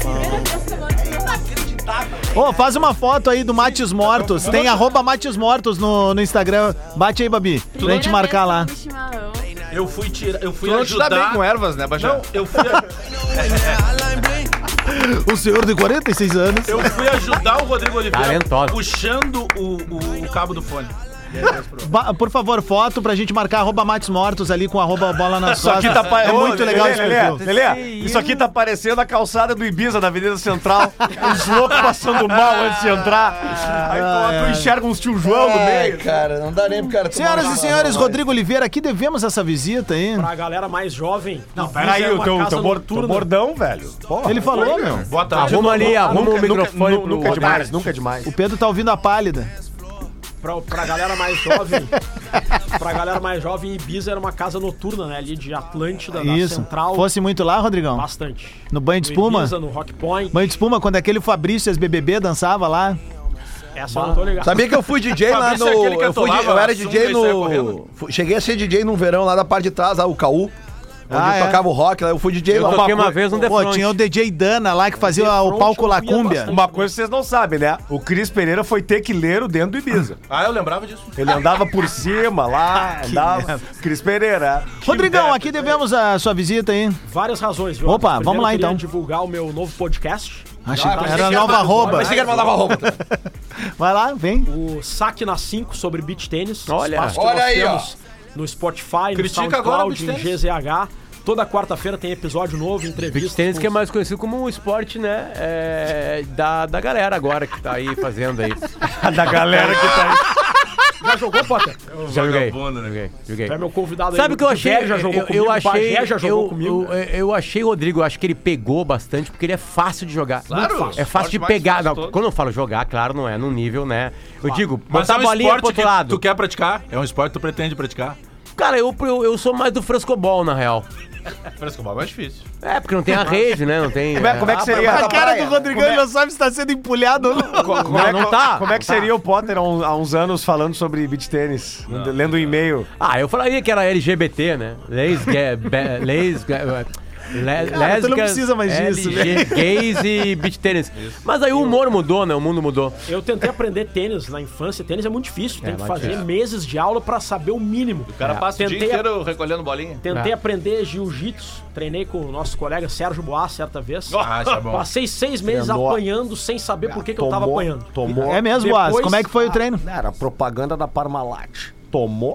Ô, faz uma foto aí do Mates Mortos. Tem arroba Mates Mortos no, no Instagram. Bate aí, Babi, pra gente marcar lá. Eu fui tirar, eu fui Tu não te dá ajudar. bem com ervas, né, Bajé? Não, eu fui, O senhor de quarenta e seis anos. eu fui ajudar o Rodrigo Oliveira Talentosa. puxando o, o, o cabo do fone. Ba- por favor, foto pra gente marcar arroba Mates Mortos ali com arroba bola nas Isso aqui costas. tá pa- É Ô, muito legal esse Lelê, perfil. Lelê, isso aqui tá parecendo a calçada do Ibiza da Avenida Central. Os loucos passando mal antes de entrar. Aí tu, tu enxerga uns tio João no Ai, meio. cara, não dá nem pro cara tomar Senhoras uma- e senhores, Rodrigo Oliveira, aqui devemos essa visita aí. pra galera mais jovem. Não, Ibiza peraí, é o uma teu, casa teu, bor- noturna. teu bordão, velho. Porra. Ele falou, meu. Boa tarde. Arruma ali, arruma o Nunca- microfone nunca, pro nunca é demais, Rodrigo. nunca é demais. O Pedro tá ouvindo a pálida. pra, pra galera mais jovem, pra galera mais jovem, Ibiza era uma casa noturna, né? Ali de Atlântida, na Isso. Central. Fosse muito lá, Rodrigão? Bastante. No banho de No espuma? Ibiza, no Rock Point. Banho de espuma, quando aquele Fabrício e as B B B dançava lá. Essa eu não tô ligado. Sabia que eu fui D J lá Fabrício no... é aquele que eu, fui, atolava eu era a D J sunga e saia no... correndo? Fui- Cheguei a ser D J num verão lá da parte de trás, lá, o Caú. Onde Ah, é? tocava o rock, lá eu fui D J Eu lá. toquei uma vez no The Pô, Front. tinha o D J Dana lá que fazia o Front palco eu ia Lacúmbia. bastante. Uma coisa vocês não sabem, né? O Cris Pereira foi tequileiro dentro do Ibiza. Ah, eu lembrava disso. Ele andava por cima lá, andava. Cris Pereira. Rodrigão, aqui devemos a sua visita aí. Várias razões, viu? Opa, Primeiro, vamos lá, eu queria então. divulgar o meu novo podcast. Achei Ah, que mas era a você nova quer- arroba. Mas você quer mandar uma roupa. Vai lá, vem. O Saque na cinco sobre beach tênis. Olha. Espaço que Olha nós aí, ó. temos no Spotify, Critica no agora o SoundCloud, beach em tênis. G Z H. Toda quarta-feira tem episódio novo, entrevista. Beach tênis que é mais conhecido como o esporte, né? é, da, da galera agora que tá aí fazendo aí. Da galera que tá aí. Já jogou, Potter? Já joguei. Vagabundo, né? Joguei, joguei. Tu é meu convidado aí. Sabe o que eu achei? Velho já jogou eu, comigo, eu o achei, Bagé já jogou eu, comigo. eu, eu achei, Rodrigo, eu acho que ele pegou bastante porque ele é fácil de jogar. Claro, Muito fácil. É fácil de esporte mais pegar. fácil Não, todo. quando eu falo jogar, claro, não é num nível, né? Eu digo, Mas botar é a um bolinha pro esporte outro que lado. tu quer praticar? É um esporte que tu pretende praticar? Cara, eu, eu, eu sou mais do frescobol, na real. Frescobol é mais difícil. É, porque não tem a rede, né? Não tem. Como é, como é que seria? A cara do Rodrigão ele não sabe se tá sendo empulhado ou não. Como é, Não, não tá. Como é que seria o Potter há, um- há uns anos falando sobre beach tênis? Lendo um e-mail. Ah, eu falaria que era L G B T, né? Leis, ga- be- leis, ga- le- Cara, tu não precisa mais disso, L G, gays e beach tênis. Mas aí o humor mudou, né? O mundo mudou. Eu tentei aprender tênis na infância. Tênis é muito difícil. Tem É, que mais fazer difícil. meses de aula pra saber o mínimo. O cara passa o dia Tentei a- inteiro recolhendo bolinha. Tentei É. aprender jiu-jitsu. Treinei com o nosso colega Sérgio Boas certa vez. Ah, isso é bom. Passei seis meses Treinou. apanhando sem saber por que, que eu tava Tomou- apanhando. Tomou. É mesmo, Depois- Boaz? Como é que foi o treino? Era propaganda da Parmalat. Tomou.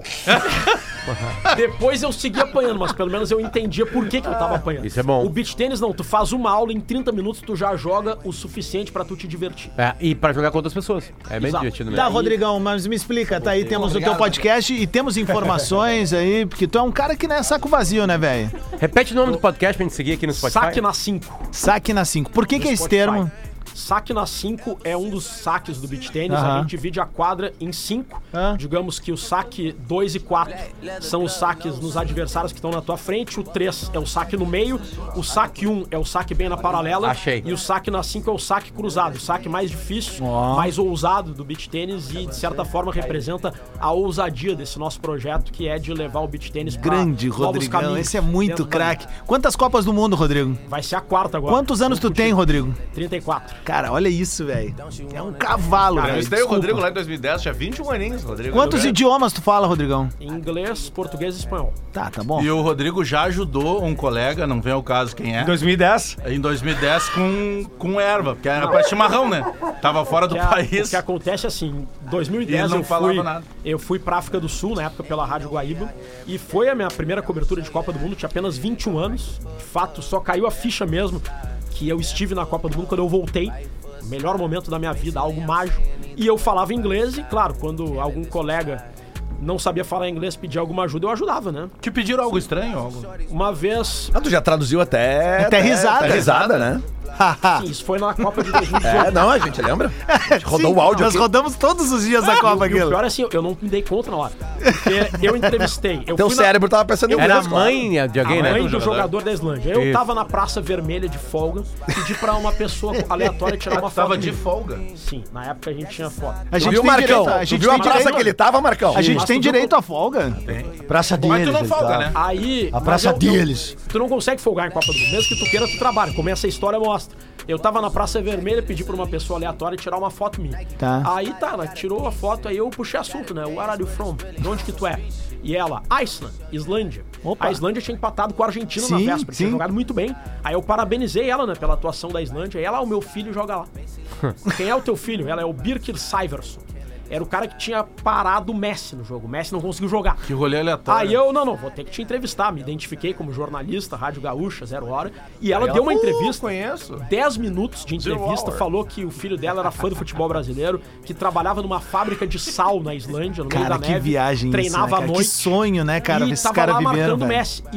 Depois eu segui apanhando, mas pelo menos eu entendia por que, que eu tava apanhando. Isso é bom. O beach tênis não, tu faz uma aula em trinta minutos, tu já joga o suficiente pra tu te divertir. É, e pra jogar com outras pessoas. É bem Exato. divertido Tá, mesmo. Rodrigão, mas me explica, tá aí, temos o teu podcast e temos informações aí, porque tu é um cara que não é saco vazio, né, velho? Repete o nome do podcast pra gente seguir aqui no Spotify. Saque na cinco. Saque na cinco. Por que que é esse Spotify. termo? Saque na cinco é um dos saques do beach tênis. Aham. A gente divide a quadra em cinco. Ah. Digamos que o saque dois e quatro são os saques nos adversários que estão na tua frente. O três é o saque no meio. O saque um é o saque bem na paralela. Achei. E o saque na cinco é o saque cruzado. O saque mais difícil, Ó. mais ousado do beach tênis e, de certa forma, representa a ousadia desse nosso projeto, que é de levar o beach tênis pra Grande, novos Rodrigão, caminhos esse é muito dentro da craque. liga. Quantas Copas do Mundo, Rodrigo? Vai ser a quarta agora. Quantos anos tu tem, Rodrigo? trinta e quatro. Cara, olha isso, velho. É um cavalo, Eu velho. entrei o Desculpa. Rodrigo lá em dois mil e dez, tinha vinte e um aninhos, Rodrigo. Quantos Eu- idiomas tu fala, Rodrigão? Inglês, português e espanhol. Tá, tá bom. E o Rodrigo já ajudou um colega, não vem ao caso quem é, Em dois mil e dez. em dois mil e dez com, com erva, porque era pra chimarrão, né? Tava fora do Que a- país. O que acontece assim, em dois mil e E dez ele não eu falava fui, nada. eu fui pra África do Sul, na época pela Rádio Guaíba, e foi a minha primeira cobertura de Copa do Mundo, tinha apenas vinte e um anos. De fato, só caiu a ficha mesmo que eu estive na Copa do Mundo quando eu voltei. Melhor momento da minha vida, algo mágico. E eu falava inglês e, claro, quando algum colega não sabia falar inglês, pedia alguma ajuda, eu ajudava, né? Te pediram algo estranho? Algo... Uma vez, Ah, tu já traduziu até... Até risada. Até risada, né? sim, isso foi na Copa de dois mil e dezoito. É, não, a gente lembra. A gente rodou Sim, o áudio nós aqui. rodamos todos os dias da E o- Copa e o aquilo. pior é assim, eu não me dei conta na hora. Porque eu entrevistei. Eu Teu fui na- cérebro tava pensando em Era a inglês, claro. mãe de alguém, A né? mãe do do jogador. jogador da Islândia. Eu Isso. tava na Praça Vermelha de folga, pedi pra uma pessoa aleatória tirar uma foto. Tava de comigo. folga. Sim, na época a gente tinha foto. A Tu gente viu, tem Marcão? direito, a Tu gente viu a tem praça direito, que ele tava, Marcão? a gente Mas tem tu viu- direito à folga. Praça Mas deles. tu não folga, tá? né? Aí. A praça mas eu- eu- deles. Tu não consegue folgar em Copa do Mundo. Mesmo que tu queira, tu trabalha. Como essa história mostra. Eu tava na Praça Vermelha, pedi pra uma pessoa aleatória tirar uma foto minha. Tá. Aí tá, ela tirou a foto, aí eu puxei assunto, né? Where are you from? De onde que tu é? E ela, Iceland, Islândia. Opa. A Islândia tinha empatado com a Argentina na Sim, véspera, tinha sim. jogado muito bem. Aí eu parabenizei ela, né, pela atuação da Islândia. E ela, ah, o meu filho joga lá. Quem é o teu filho? Ela é o Birkir Sævarsson. Era o cara que tinha parado o Messi no jogo. O Messi não conseguiu jogar. Que rolê aleatório. Aí eu, não, não, vou ter que te entrevistar. Me identifiquei como jornalista, Rádio Gaúcha, Zero Hora. E ela deu uma entrevista. conheço. dez minutos de entrevista, Hour. falou que o filho dela era fã do futebol brasileiro, que trabalhava numa fábrica de sal na Islândia, no meio Cara, da que neve. viagem isso, Treinava né, cara? à noite. Que sonho, né, cara, e esses tava caras lá viveram, marcando o velho. Messi. E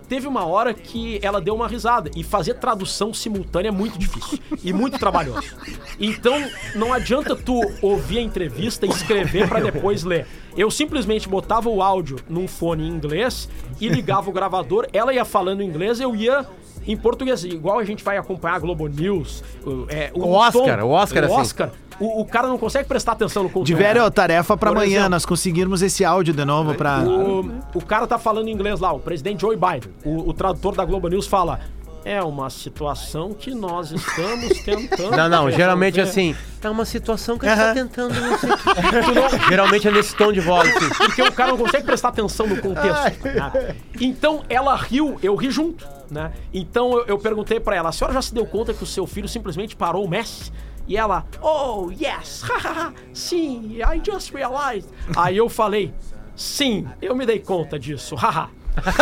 teve uma hora que ela deu uma risada. E fazer tradução simultânea é muito difícil. E muito trabalhoso. Então, não adianta tu ouvir a entrevista e escrever pra depois ler. Eu simplesmente botava o áudio num fone em inglês e ligava o gravador. Ela ia falando em inglês, eu ia em português. Igual a gente vai acompanhar a Globo News. O, é, o, O Oscar, tom, o Oscar, o assim. Oscar. O, o cara não consegue prestar atenção no conteúdo. Tiveram tarefa pra Por amanhã, exemplo, nós conseguirmos esse áudio de novo pra... O, o cara tá falando em inglês lá, o presidente Joe Biden. O, o tradutor da Globo News fala: é uma situação que nós estamos tentando... Não, não, geralmente resolver." assim, é uma situação que a gente Aham. tá tentando, não sei o quê. Geralmente é nesse tom de voz, assim. Porque o cara não consegue prestar atenção no contexto. Né? Então ela riu, eu ri junto, né? Então eu, eu perguntei pra ela: a senhora já se deu conta que o seu filho simplesmente parou o Messi? E ela: oh, yes, sim, I just realized. Aí eu falei: sim, eu me dei conta disso, haha.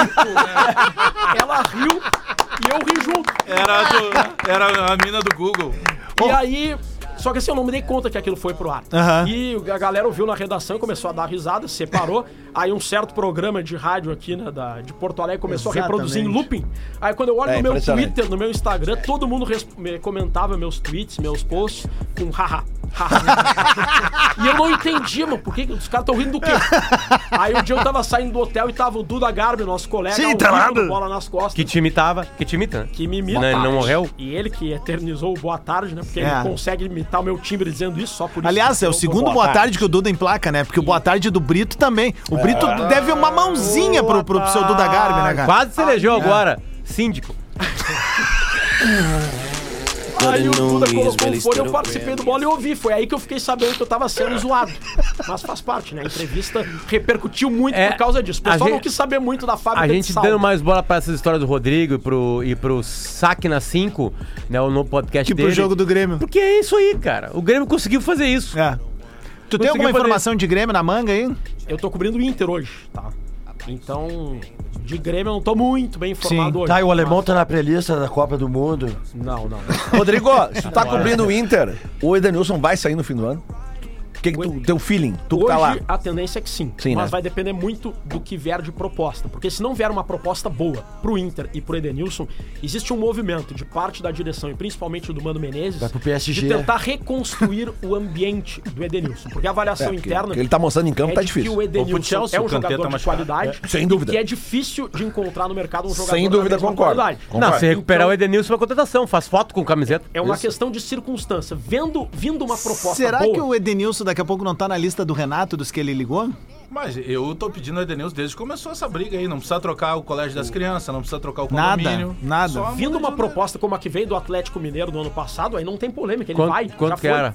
Ela riu e eu ri junto. Era, do- era a mina do Google. E aí, só que assim, eu não me dei conta que aquilo foi pro ar. Aham. E a galera ouviu na redação e começou a dar risada, separou. Aí um certo programa de rádio aqui, né, da, de Porto Alegre começou Exatamente. a reproduzir em looping. Aí quando eu olho É no meu impressionante. Twitter, no meu Instagram, todo mundo res- me comentava meus tweets, meus posts com haha. haha. E eu não entendia, mano, por que que os caras estão rindo do quê? Aí um dia eu tava saindo do hotel e tava o Duda Garbi, nosso colega, Sim, ao tá vivo lá, no né? Bola nas Costas. Que time tava? Que time tá? Que me imita. Não, ele não morreu? E ele que eternizou o boa tarde, né? Porque É. ele consegue imitar o meu timbre dizendo isso só por isso. Aliás, é o Eu dou segundo boa tarde que o Duda emplaca, né? Porque o boa tarde do Brito também. O Brito deve uma mãozinha pro, pro, pro seu Duda Garbi, né, cara? Quase se elegeu agora. Síndico. Aí o Duda colocou o fone, eu participei do Bola e ouvi. Foi aí que eu fiquei sabendo que eu tava sendo zoado. Mas faz parte, né? A entrevista repercutiu muito É, por causa disso. O a pessoal não gente- quis saber muito da fábrica A de gente sal. dando mais bola pra essas histórias do Rodrigo e pro, e pro Saque na cinco, né? O novo podcast Que pro dele. jogo do Grêmio. Porque é isso aí, cara. O Grêmio conseguiu fazer isso. É. Tu tem Conseguiu alguma fazer- informação de Grêmio na manga aí? Eu tô cobrindo o Inter hoje, tá? Então, de Grêmio eu não tô muito bem informado Sim. hoje. Tá, e o alemão tá na pré-lista da Copa do Mundo. Não, não. Rodrigo, se tu tá cobrindo o Inter, o Edenilson vai sair no fim do ano? O que que tu, teu feeling? Tu que Hoje tá lá. a tendência é que sim, Sim, mas né? vai depender muito do que vier de proposta. Porque se não vier uma proposta boa pro Inter e pro Edenilson, existe um movimento de parte da direção e principalmente do Mano Menezes Vai pro P S G. de tentar reconstruir o ambiente do Edenilson. Porque a avaliação É, porque interna o que ele tá mostrando em campo é tá de difícil. que o Edenilson Ou pro Chelsea, é um o Kanté jogador tá de machucado. qualidade É, sem dúvida. e que é difícil de encontrar no mercado um jogador Sem da dúvida, mesma concordo. qualidade. Concordo. Não, se recuperar Então- o Edenilson vai contratação, faz foto com camiseta. É uma questão de circunstância. Vendo, vindo uma proposta Será boa... que o Edenilson daqui a pouco não tá na lista do Renato, dos que ele ligou? Mas eu tô pedindo ao Edenilson desde que começou essa briga aí. Não precisa trocar o colégio das crianças, não precisa trocar o Nada, condomínio. nada. Só Vindo muda uma de- proposta como a que veio do Atlético Mineiro do ano passado, aí não tem polêmica, ele Quanto, vai. quanto já que foi. era?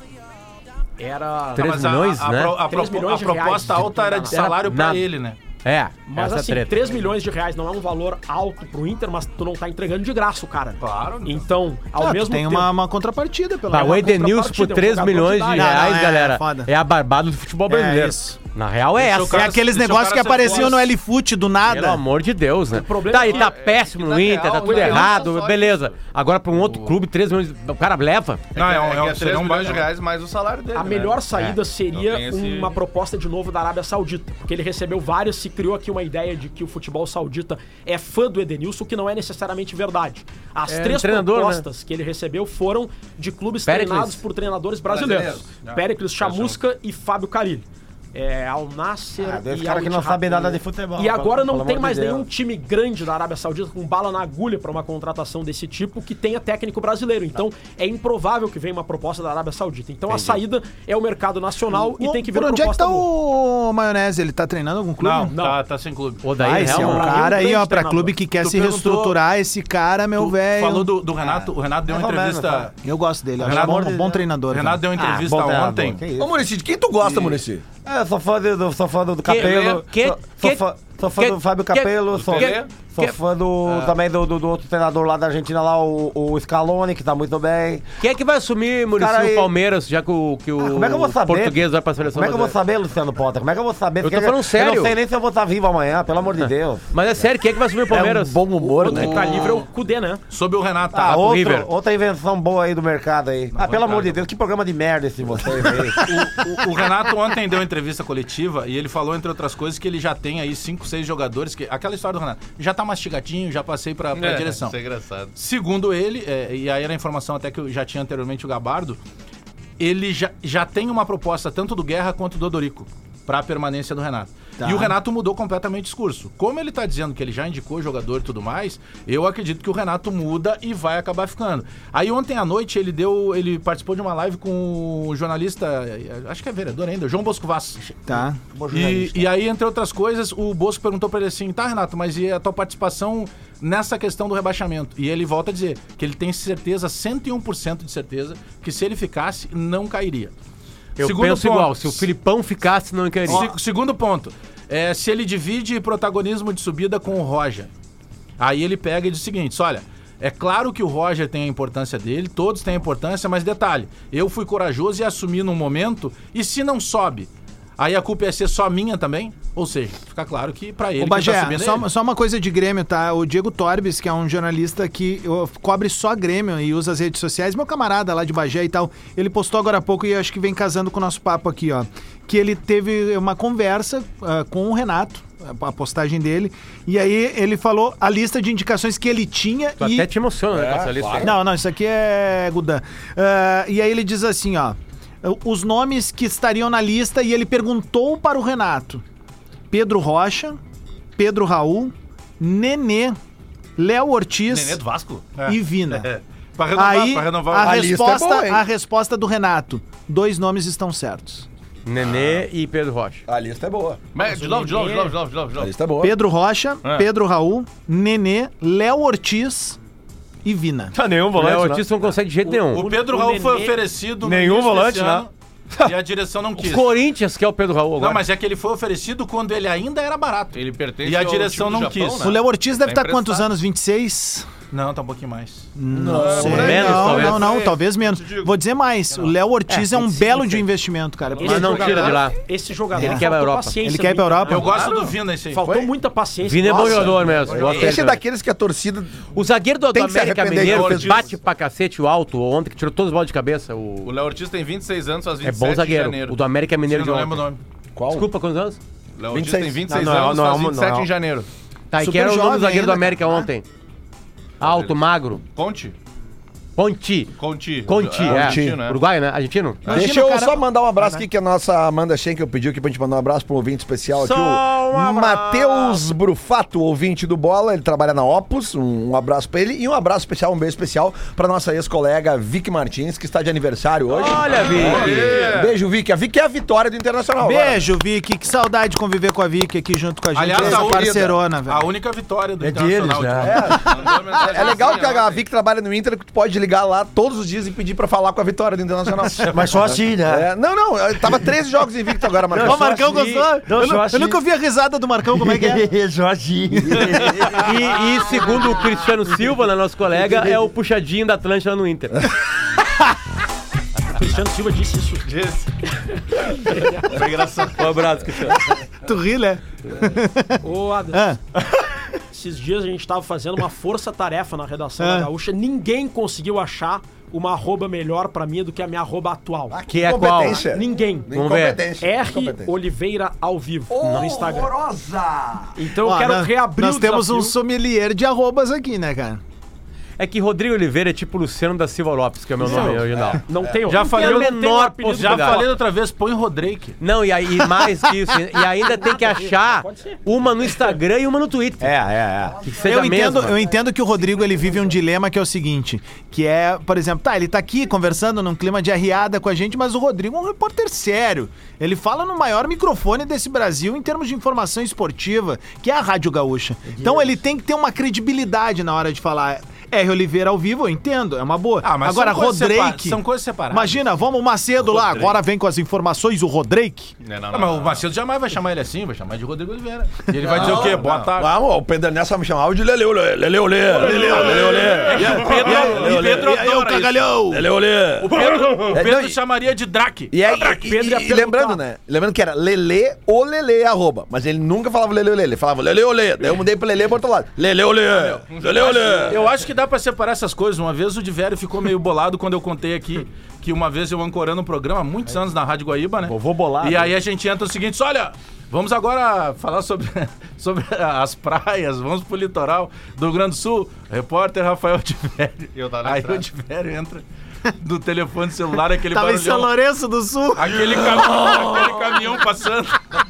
Era. Três Mas a- milhões, a, né? pro- A, Três propo- milhões a de proposta reais. alta era de Era salário pra nada. ele, né? É, Mas essa assim, treta. três milhões de reais não é um valor alto pro Inter, mas tu não tá entregando de graça o cara. Claro. Então, ao Ah, tu mesmo tem tempo. uma, uma contrapartida, pelo Tá, menos. o Edenilson por contrapartida, é um três jogador milhões de de idade. reais, Não, não, é galera, foda. é a barbada do futebol brasileiro. isso. Na real é Deixa essa. o cara- É aqueles Deixa o negócios que cara ser apareciam no forte. L-Foot do nada. Pelo amor de Deus, né? problema Tá, é e que- tá é péssimo que no na Inter, real, tá tudo na real, errado, só beleza. isso. Agora pra um outro clube, três milhões, o cara leva. Não, é um, É, é que um, é seria três um milhões de baixo. reais mais o salário dele. A né? melhor saída É. seria Então tem esse- uma proposta de novo da Arábia Saudita, porque ele recebeu várias, se criou aqui uma ideia de que o futebol saudita é fã do Edenilson, o que não é necessariamente verdade. As É, três treinador, propostas que ele recebeu foram de clubes Péricles. treinados por treinadores brasileiros. Brasileiros. Péricles Chamusca e Fábio Carilli. É, Al Nasser Ah, dois e caras Al que não Ittihad. sabem nada de futebol. E agora não pelo tem amor mais de Deus. nenhum time grande da Arábia Saudita com bala na agulha para uma contratação desse tipo que tenha técnico brasileiro. Então é improvável que venha uma proposta da Arábia Saudita. Então a saída é o mercado nacional e tem que vir Por onde é que proposta tá boa. o Maionese? Ele tá treinando algum clube? Não, Não. Tá, tá sem clube. Ou daí, Ah, esse é real, um mano. cara aí, ó, grande pra treinador. clube que quer Tu se perguntou- reestruturar. Esse cara, meu Tu velho. falou do, do Renato, o Renato deu uma Mais ou menos, entrevista. tá. Eu gosto dele, eu acho Renato- um bom, bom treinador. O Renato cara. deu uma entrevista bom treinador, ontem. que isso. Ô, Muricy, de quem tu gosta, Muricy? É, eu sou fã do, sou fã do, do Capelo. que- sou, que- sou fã, sou fã que- do Fábio que- Capelo. do Sou, Pelé? sou que- fã do, também do, do, do outro treinador lá da Argentina, lá, o, o Scaloni, que tá muito bem. Quem é que vai assumir, Muricy, Cara, o aí- Palmeiras, já que o, que o Ah, como é que eu vou saber? português vai pra seleção Como é que eu vou brasileira? saber, Luciano Potter? Como é que eu vou saber? Eu tô Porque falando Eu sério. não sei nem se eu vou estar vivo amanhã, pelo amor de Deus. Mas é sério, quem é que vai assumir o Palmeiras? É um bom humor, Outro né? que tá livre é o Cudê, né? Sobre o Renato. Ah, tá? outro, River. outra invenção boa aí do mercado aí. Ah, pelo amor de Deus, que programa de merda esse vocês aí. O, o Renato ontem deu entrevista coletiva e ele falou, entre outras coisas, que ele já tem aí cinco, seis jogadores. Que, aquela história do Renato. Já tá tá mastigadinho, já passei pra, pra É, direção. isso é engraçado. Segundo ele, é, e aí era a informação até que eu já tinha anteriormente o Gabardo, ele já, já tem uma proposta tanto do Guerra quanto do Odorico pra permanência do Renato. Tá. E o Renato mudou completamente o discurso. Como ele tá dizendo que ele já indicou o jogador e tudo mais, eu acredito que o Renato muda e vai acabar ficando. Aí ontem à noite ele deu, ele participou de uma live com o jornalista, acho que é vereador ainda, João Bosco Vaz. Tá. E, e aí, entre outras coisas, o Bosco perguntou pra ele assim, tá, Renato, mas e a tua participação nessa questão do rebaixamento? E ele volta a dizer que ele tem certeza, cento e um por cento de certeza, que se ele ficasse, não cairia. Eu Segundo penso ponto, igual, se o Filipão ficasse, não queria. Se- segundo ponto, é, se ele divide protagonismo de subida com o Roger, aí ele pega e diz o seguinte, olha, é claro que o Roger tem a importância dele, todos têm a importância, mas detalhe, eu fui corajoso e assumi num momento, e se não sobe, aí a culpa ia ser só minha também? Ou seja, fica claro que pra ele Ô, Bagé, quem tá subindo é só, ele. só uma coisa de Grêmio, tá? O Diego Torbes, que é um jornalista que uh, cobre só Grêmio e usa as redes sociais, meu camarada lá de Bagé e tal, ele postou agora há pouco e acho que vem casando com o nosso papo aqui, ó, que ele teve uma conversa uh, com o Renato, a a postagem dele, e aí ele falou a lista de indicações que ele tinha Tu e... até te emociona, né, com essa lista aí. Não, não, isso aqui é Gudan. Uh, e aí ele diz assim, ó, os nomes que estariam na lista e ele perguntou para o Renato: Pedro Rocha, Pedro Raul, Nenê, Léo Ortiz Nenê do Vasco? e Vina. É. Pra renovar, Aí pra renovar a, a lista é resposta, boa, hein? a resposta do Renato: dois nomes estão certos. Nenê e Pedro Rocha. A lista é boa. Mas, de novo, de novo, de novo, de novo, de novo, de A novo. lista é boa. Pedro Rocha, É. Pedro Raul, Nenê, Léo Ortiz e Vina. Tá nenhum O volante, Léo né? Ortiz não consegue de jeito nenhum. O Pedro o Raul foi Nenê- oferecido no Nenhum início volante, desse né? ano, e a direção não O quis. Corinthians que é o Pedro Raul agora. Não, mas é que ele foi oferecido quando ele ainda era barato. Ele pertence E a ao direção time do não Japão, quis. né? O Léo Ortiz deve Tá estar quantos emprestado. anos? vinte e seis? Não, tá um pouquinho mais. Não, sei. menos, não, talvez. não, não, Foi- talvez menos. te digo. Vou dizer mais. O Léo Ortiz é, um belo de investimento, cara. Esse Mas não jogador- tira de lá. Esse jogador Ele quer ir pra faltou Europa. paciência Ele quer ir pra muito, Europa? Eu né? gosto do Vina, esse aí. Faltou Foi? muita paciência. Vina é bom Nossa. jogador mesmo. gosto Esse é dele. daqueles que a torcida... O zagueiro do, do Tem que se América arrepender de Mineiro ter que feito bate pra cacete o alto ontem, que tirou todos os bolas de cabeça. O O... Léo Ortiz tem vinte e seis anos, faz vinte É e sete bom zagueiro. de janeiro. O do América Mineiro Eu de não ontem. lembro o nome. Qual? Desculpa, quantos anos? O Léo Ortiz vinte e seis. tem vinte e seis Não, não, anos, não é faz um- vinte e sete não é um- em janeiro. Tá, e Super que era o nome do jovem zagueiro do ainda, América cara. ontem. Alto, magro. Conte? Ponti. Conti. Conti, É, é. argentino, né? Uruguai, né? Argentino? Deixa eu o cara- só mandar um abraço aqui, que a nossa Amanda Schenkel pediu aqui pra gente mandar um abraço pro ouvinte especial aqui, Só um o abraço. Matheus Brufato, ouvinte do Bola, ele trabalha na Opus, um, um abraço pra ele, e um abraço especial, um beijo especial pra nossa ex-colega Vicky Martins, que está de aniversário hoje. Olha, Vicky. Beijo, Vicky. A Vicky é a vitória do Internacional. agora. Beijo, Vicky. Que saudade de conviver com a Vicky aqui junto com a gente. Aliás, essa a única- parcerona, velho. A única vitória do É deles, Internacional. né? Mandou mensagem É legal assim, que a ontem. Vicky trabalha no Inter, que tu pode ligar lá todos os dias e pedir pra falar com a vitória do Internacional. Mas só assim, né? É, não, não, eu tava treze jogos invicto agora, Ó, Marcão. o Marcão assim, gostou. não, eu, só não, assim. eu nunca ouvi a risada do Marcão, como é que é? Só assim. E, e segundo o Cristiano Silva, né, nosso colega, é o puxadinho da Atlântida no Inter. O Cristiano Silva disse isso. Foi engraçado. Um abraço, Cristiano. Tu ri, né? Ô, Adam, Ah, esses dias a gente tava fazendo uma força-tarefa na redação Ah. da Gaúcha. Ninguém conseguiu achar uma arroba melhor pra mim do que a minha arroba atual. Que é qual? Competência. Ninguém. Vamos ver. Incompetência. R Incompetência. Oliveira ao vivo no Instagram. Então eu ó, quero nós, reabrir nós o temos um desafio. sommelier de arrobas aqui, né, cara? É que Rodrigo Oliveira é tipo Luciano da Silva Lopes, que é o meu nome original. Não tem Já não falei tem- o não tem menor um apelido Já Verdade. falei outra vez, põe Rodrake. Não, e, aí, e mais que isso, e ainda tem que achar uma no Instagram e uma no Twitter. É, é, Que seja Eu a entendo, mesma. eu entendo que o Rodrigo ele vive um dilema que é o seguinte, que é, por exemplo, tá, ele tá aqui conversando num clima de arriada com a gente, mas o Rodrigo é um repórter sério. Ele fala no maior microfone desse Brasil em termos de informação esportiva, que é a Rádio Gaúcha. Então ele tem que ter uma credibilidade na hora de falar. R. Oliveira ao vivo, eu entendo, é uma boa. Ah, mas Agora, são coisas separa- Rodrake. são coisas separadas. Imagina, vamos o Macedo lá, agora vem com as informações, o Rodrake. Não, não, Ah, não, mas o não. Macedo jamais vai chamar ele assim, vai chamar de Rodrigo Oliveira. E ele vai dizer o quê? Boa tarde. Vamos, o Pedro Ernesto vai me chamar de Lele Olê, Lele Olê, Lele Olê, O Pedro, o Pedro E aí, o adora isso. cagalhão? Lele Olê. O Pedro, o É, Pedro não, e- chamaria de Drake. E aí, Drake. e, Pedro ia e- e perguntar. lembrando, né? Lembrando que era Lele ou Lele, arroba. Mas ele nunca falava Lele Olê, ele falava Lele Olê. Daí eu mudei pra Lele e botou lá. Lele Olê, Lele Olê. Eu acho que dá pra separar essas coisas. Uma vez o Divério ficou meio bolado quando eu contei aqui que uma vez eu ancorando um programa, há muitos anos na Rádio Guaíba, né? Vou bolado. E aí a gente entra no seguinte, olha, vamos agora falar sobre, sobre as praias, vamos pro litoral do Rio Grande do Sul. Repórter Rafael Divério. Eu tava na Aí estrada. o Divério entra do telefone celular, aquele Tava em São barulhão, Lourenço do Sul. aquele, caminhão, aquele caminhão passando.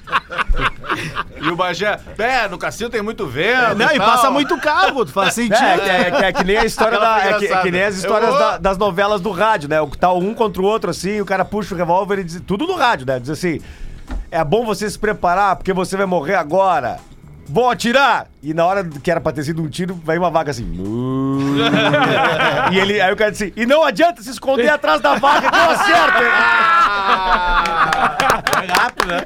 E o Bagé, é, no Cassino tem muito vento. Não, e tal. passa muito carro, tu faz sentido. É, é, é, é que nem a história Aquela da. foi É que, é que engraçada. nem as histórias Eu vou- da- das novelas do rádio, né? O que tá um contra o outro, assim, o cara puxa o revólver e diz. Tudo no rádio, né? Diz assim: é bom você se preparar, porque você vai morrer agora. Vou atirar! E na hora que era pra ter sido um tiro, vai uma vaca assim. E ele, aí o cara disse: e não adianta se esconder atrás da vaca que eu acerto! É rápido, né?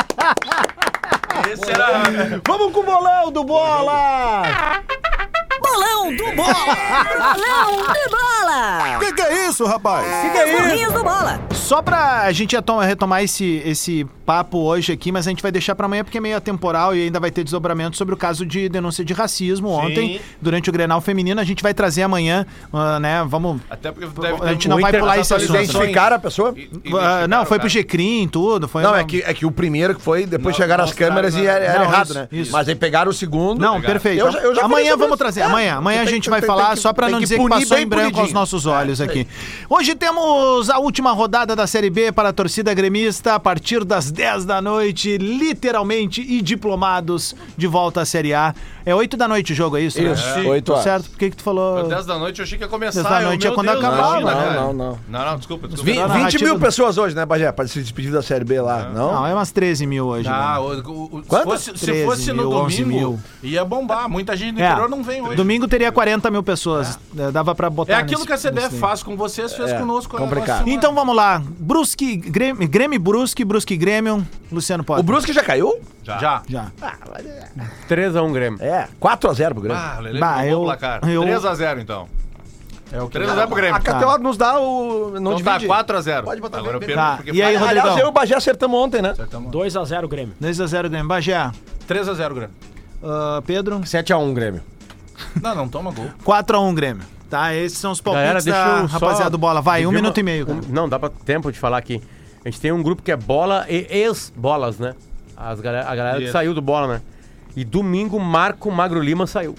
Esse era... Vamos com o bolão do Bola! Bolão do Bola! Bolão do Bola! Que que é isso, rapaz? Os burrinhos do Bola! Só pra a gente ia to- retomar esse, esse papo hoje aqui, mas a gente vai deixar pra amanhã porque é meio atemporal e ainda vai ter desdobramento sobre o caso de denúncia de racismo ontem, durante o Grenal feminino. A gente vai trazer amanhã, ah, né, vamos... Até porque deve ter A gente um- não vai Inter- pular as esse assunto. atualizações- Identificaram a pessoa? I- Ah, identificaram, não, foi pro cara. G-Crim, tudo. Foi Não, uma- é que, é que o primeiro que foi, depois Não, chegaram as mostraram, câmeras e né? era, era Não, errado, isso, né? isso. Mas aí pegaram o segundo. Não, Pegaram. perfeito. Eu já- eu já falei amanhã sobre vamos isso. trazer. É, amanhã amanhã a tem- gente tem- vai tem falar que- só pra tem não que dizer que punir passou bem em branco aos punidinho. nossos olhos aqui. Hoje temos a última rodada da Série B para a torcida gremista a partir das dez da noite, literalmente e diplomados de volta à Série A. É oito da noite o jogo, é isso? né? Isso, oito Tô horas. certo? Por que que tu falou? dez da noite eu achei que ia começar. dez da eu, noite é meu quando Deus, acabava, imagina, né? cara. Não, não. Não, não, desculpa, desculpa. Vi- Não, vinte narrativa mil do- pessoas hoje, né, Bagé? Pra se despedir da Série B lá, não? Não, é umas treze mil hoje. Ah, né? o, o- o- se Quanto? fosse, se treze fosse no mil, onze domingo, mil. ia bombar. Muita gente do É, interior não vem hoje. Domingo teria quarenta mil pessoas. É, Dava pra botar É aquilo nesse- que a C B F nesse- faz com vocês, fez É, conosco. complicado. Então, Então vamos lá. Brusque, Grêmio, Grêmio Brusque, Brusque Grêmio, Luciano Potter. O Brusque já caiu? já. Já. três a um Grêmio. É, quatro a zero pro Grêmio. Ah, Lelê, Bah, bah, eu- o placar. eu- três a zero então. É o que três a zero pro Grêmio. A K T O nos dá o... Não Então tá, divide. quatro a zero. Pode botar Agora eu bem- perco Tá, porque e aí, falha. Rodrigão? Aliás, eu e o Bagé acertamos ontem, né? dois a zero Grêmio. dois a zero Grêmio. Bagé. três a zero, Grêmio. Ah, Pedro. sete a um, Grêmio. Não, não toma gol. quatro a um Grêmio. Tá, esses são os palpites Galera, deixa da eu só rapaziada do Bola. Vai, um dizer minuto uma- e meio. cara. um- não, dá pra tempo de falar aqui. A gente tem um grupo que é bola e ex-bolas, né? As galera, a galera que Isso. saiu do bola, né? E domingo, Marco Magro Lima saiu.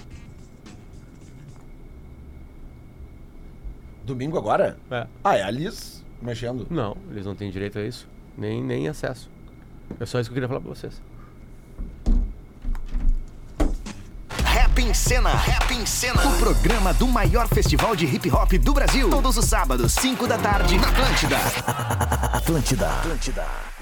Domingo agora? É. Ah, é a Liz mexendo. Não, eles não têm direito a isso. Nem, nem acesso. É só isso que eu queria falar pra vocês. Rap em Cena, Rap em Cena, o programa do maior festival de hip hop do Brasil. Todos os sábados, cinco da tarde, na Atlântida. Atlântida. Atlântida.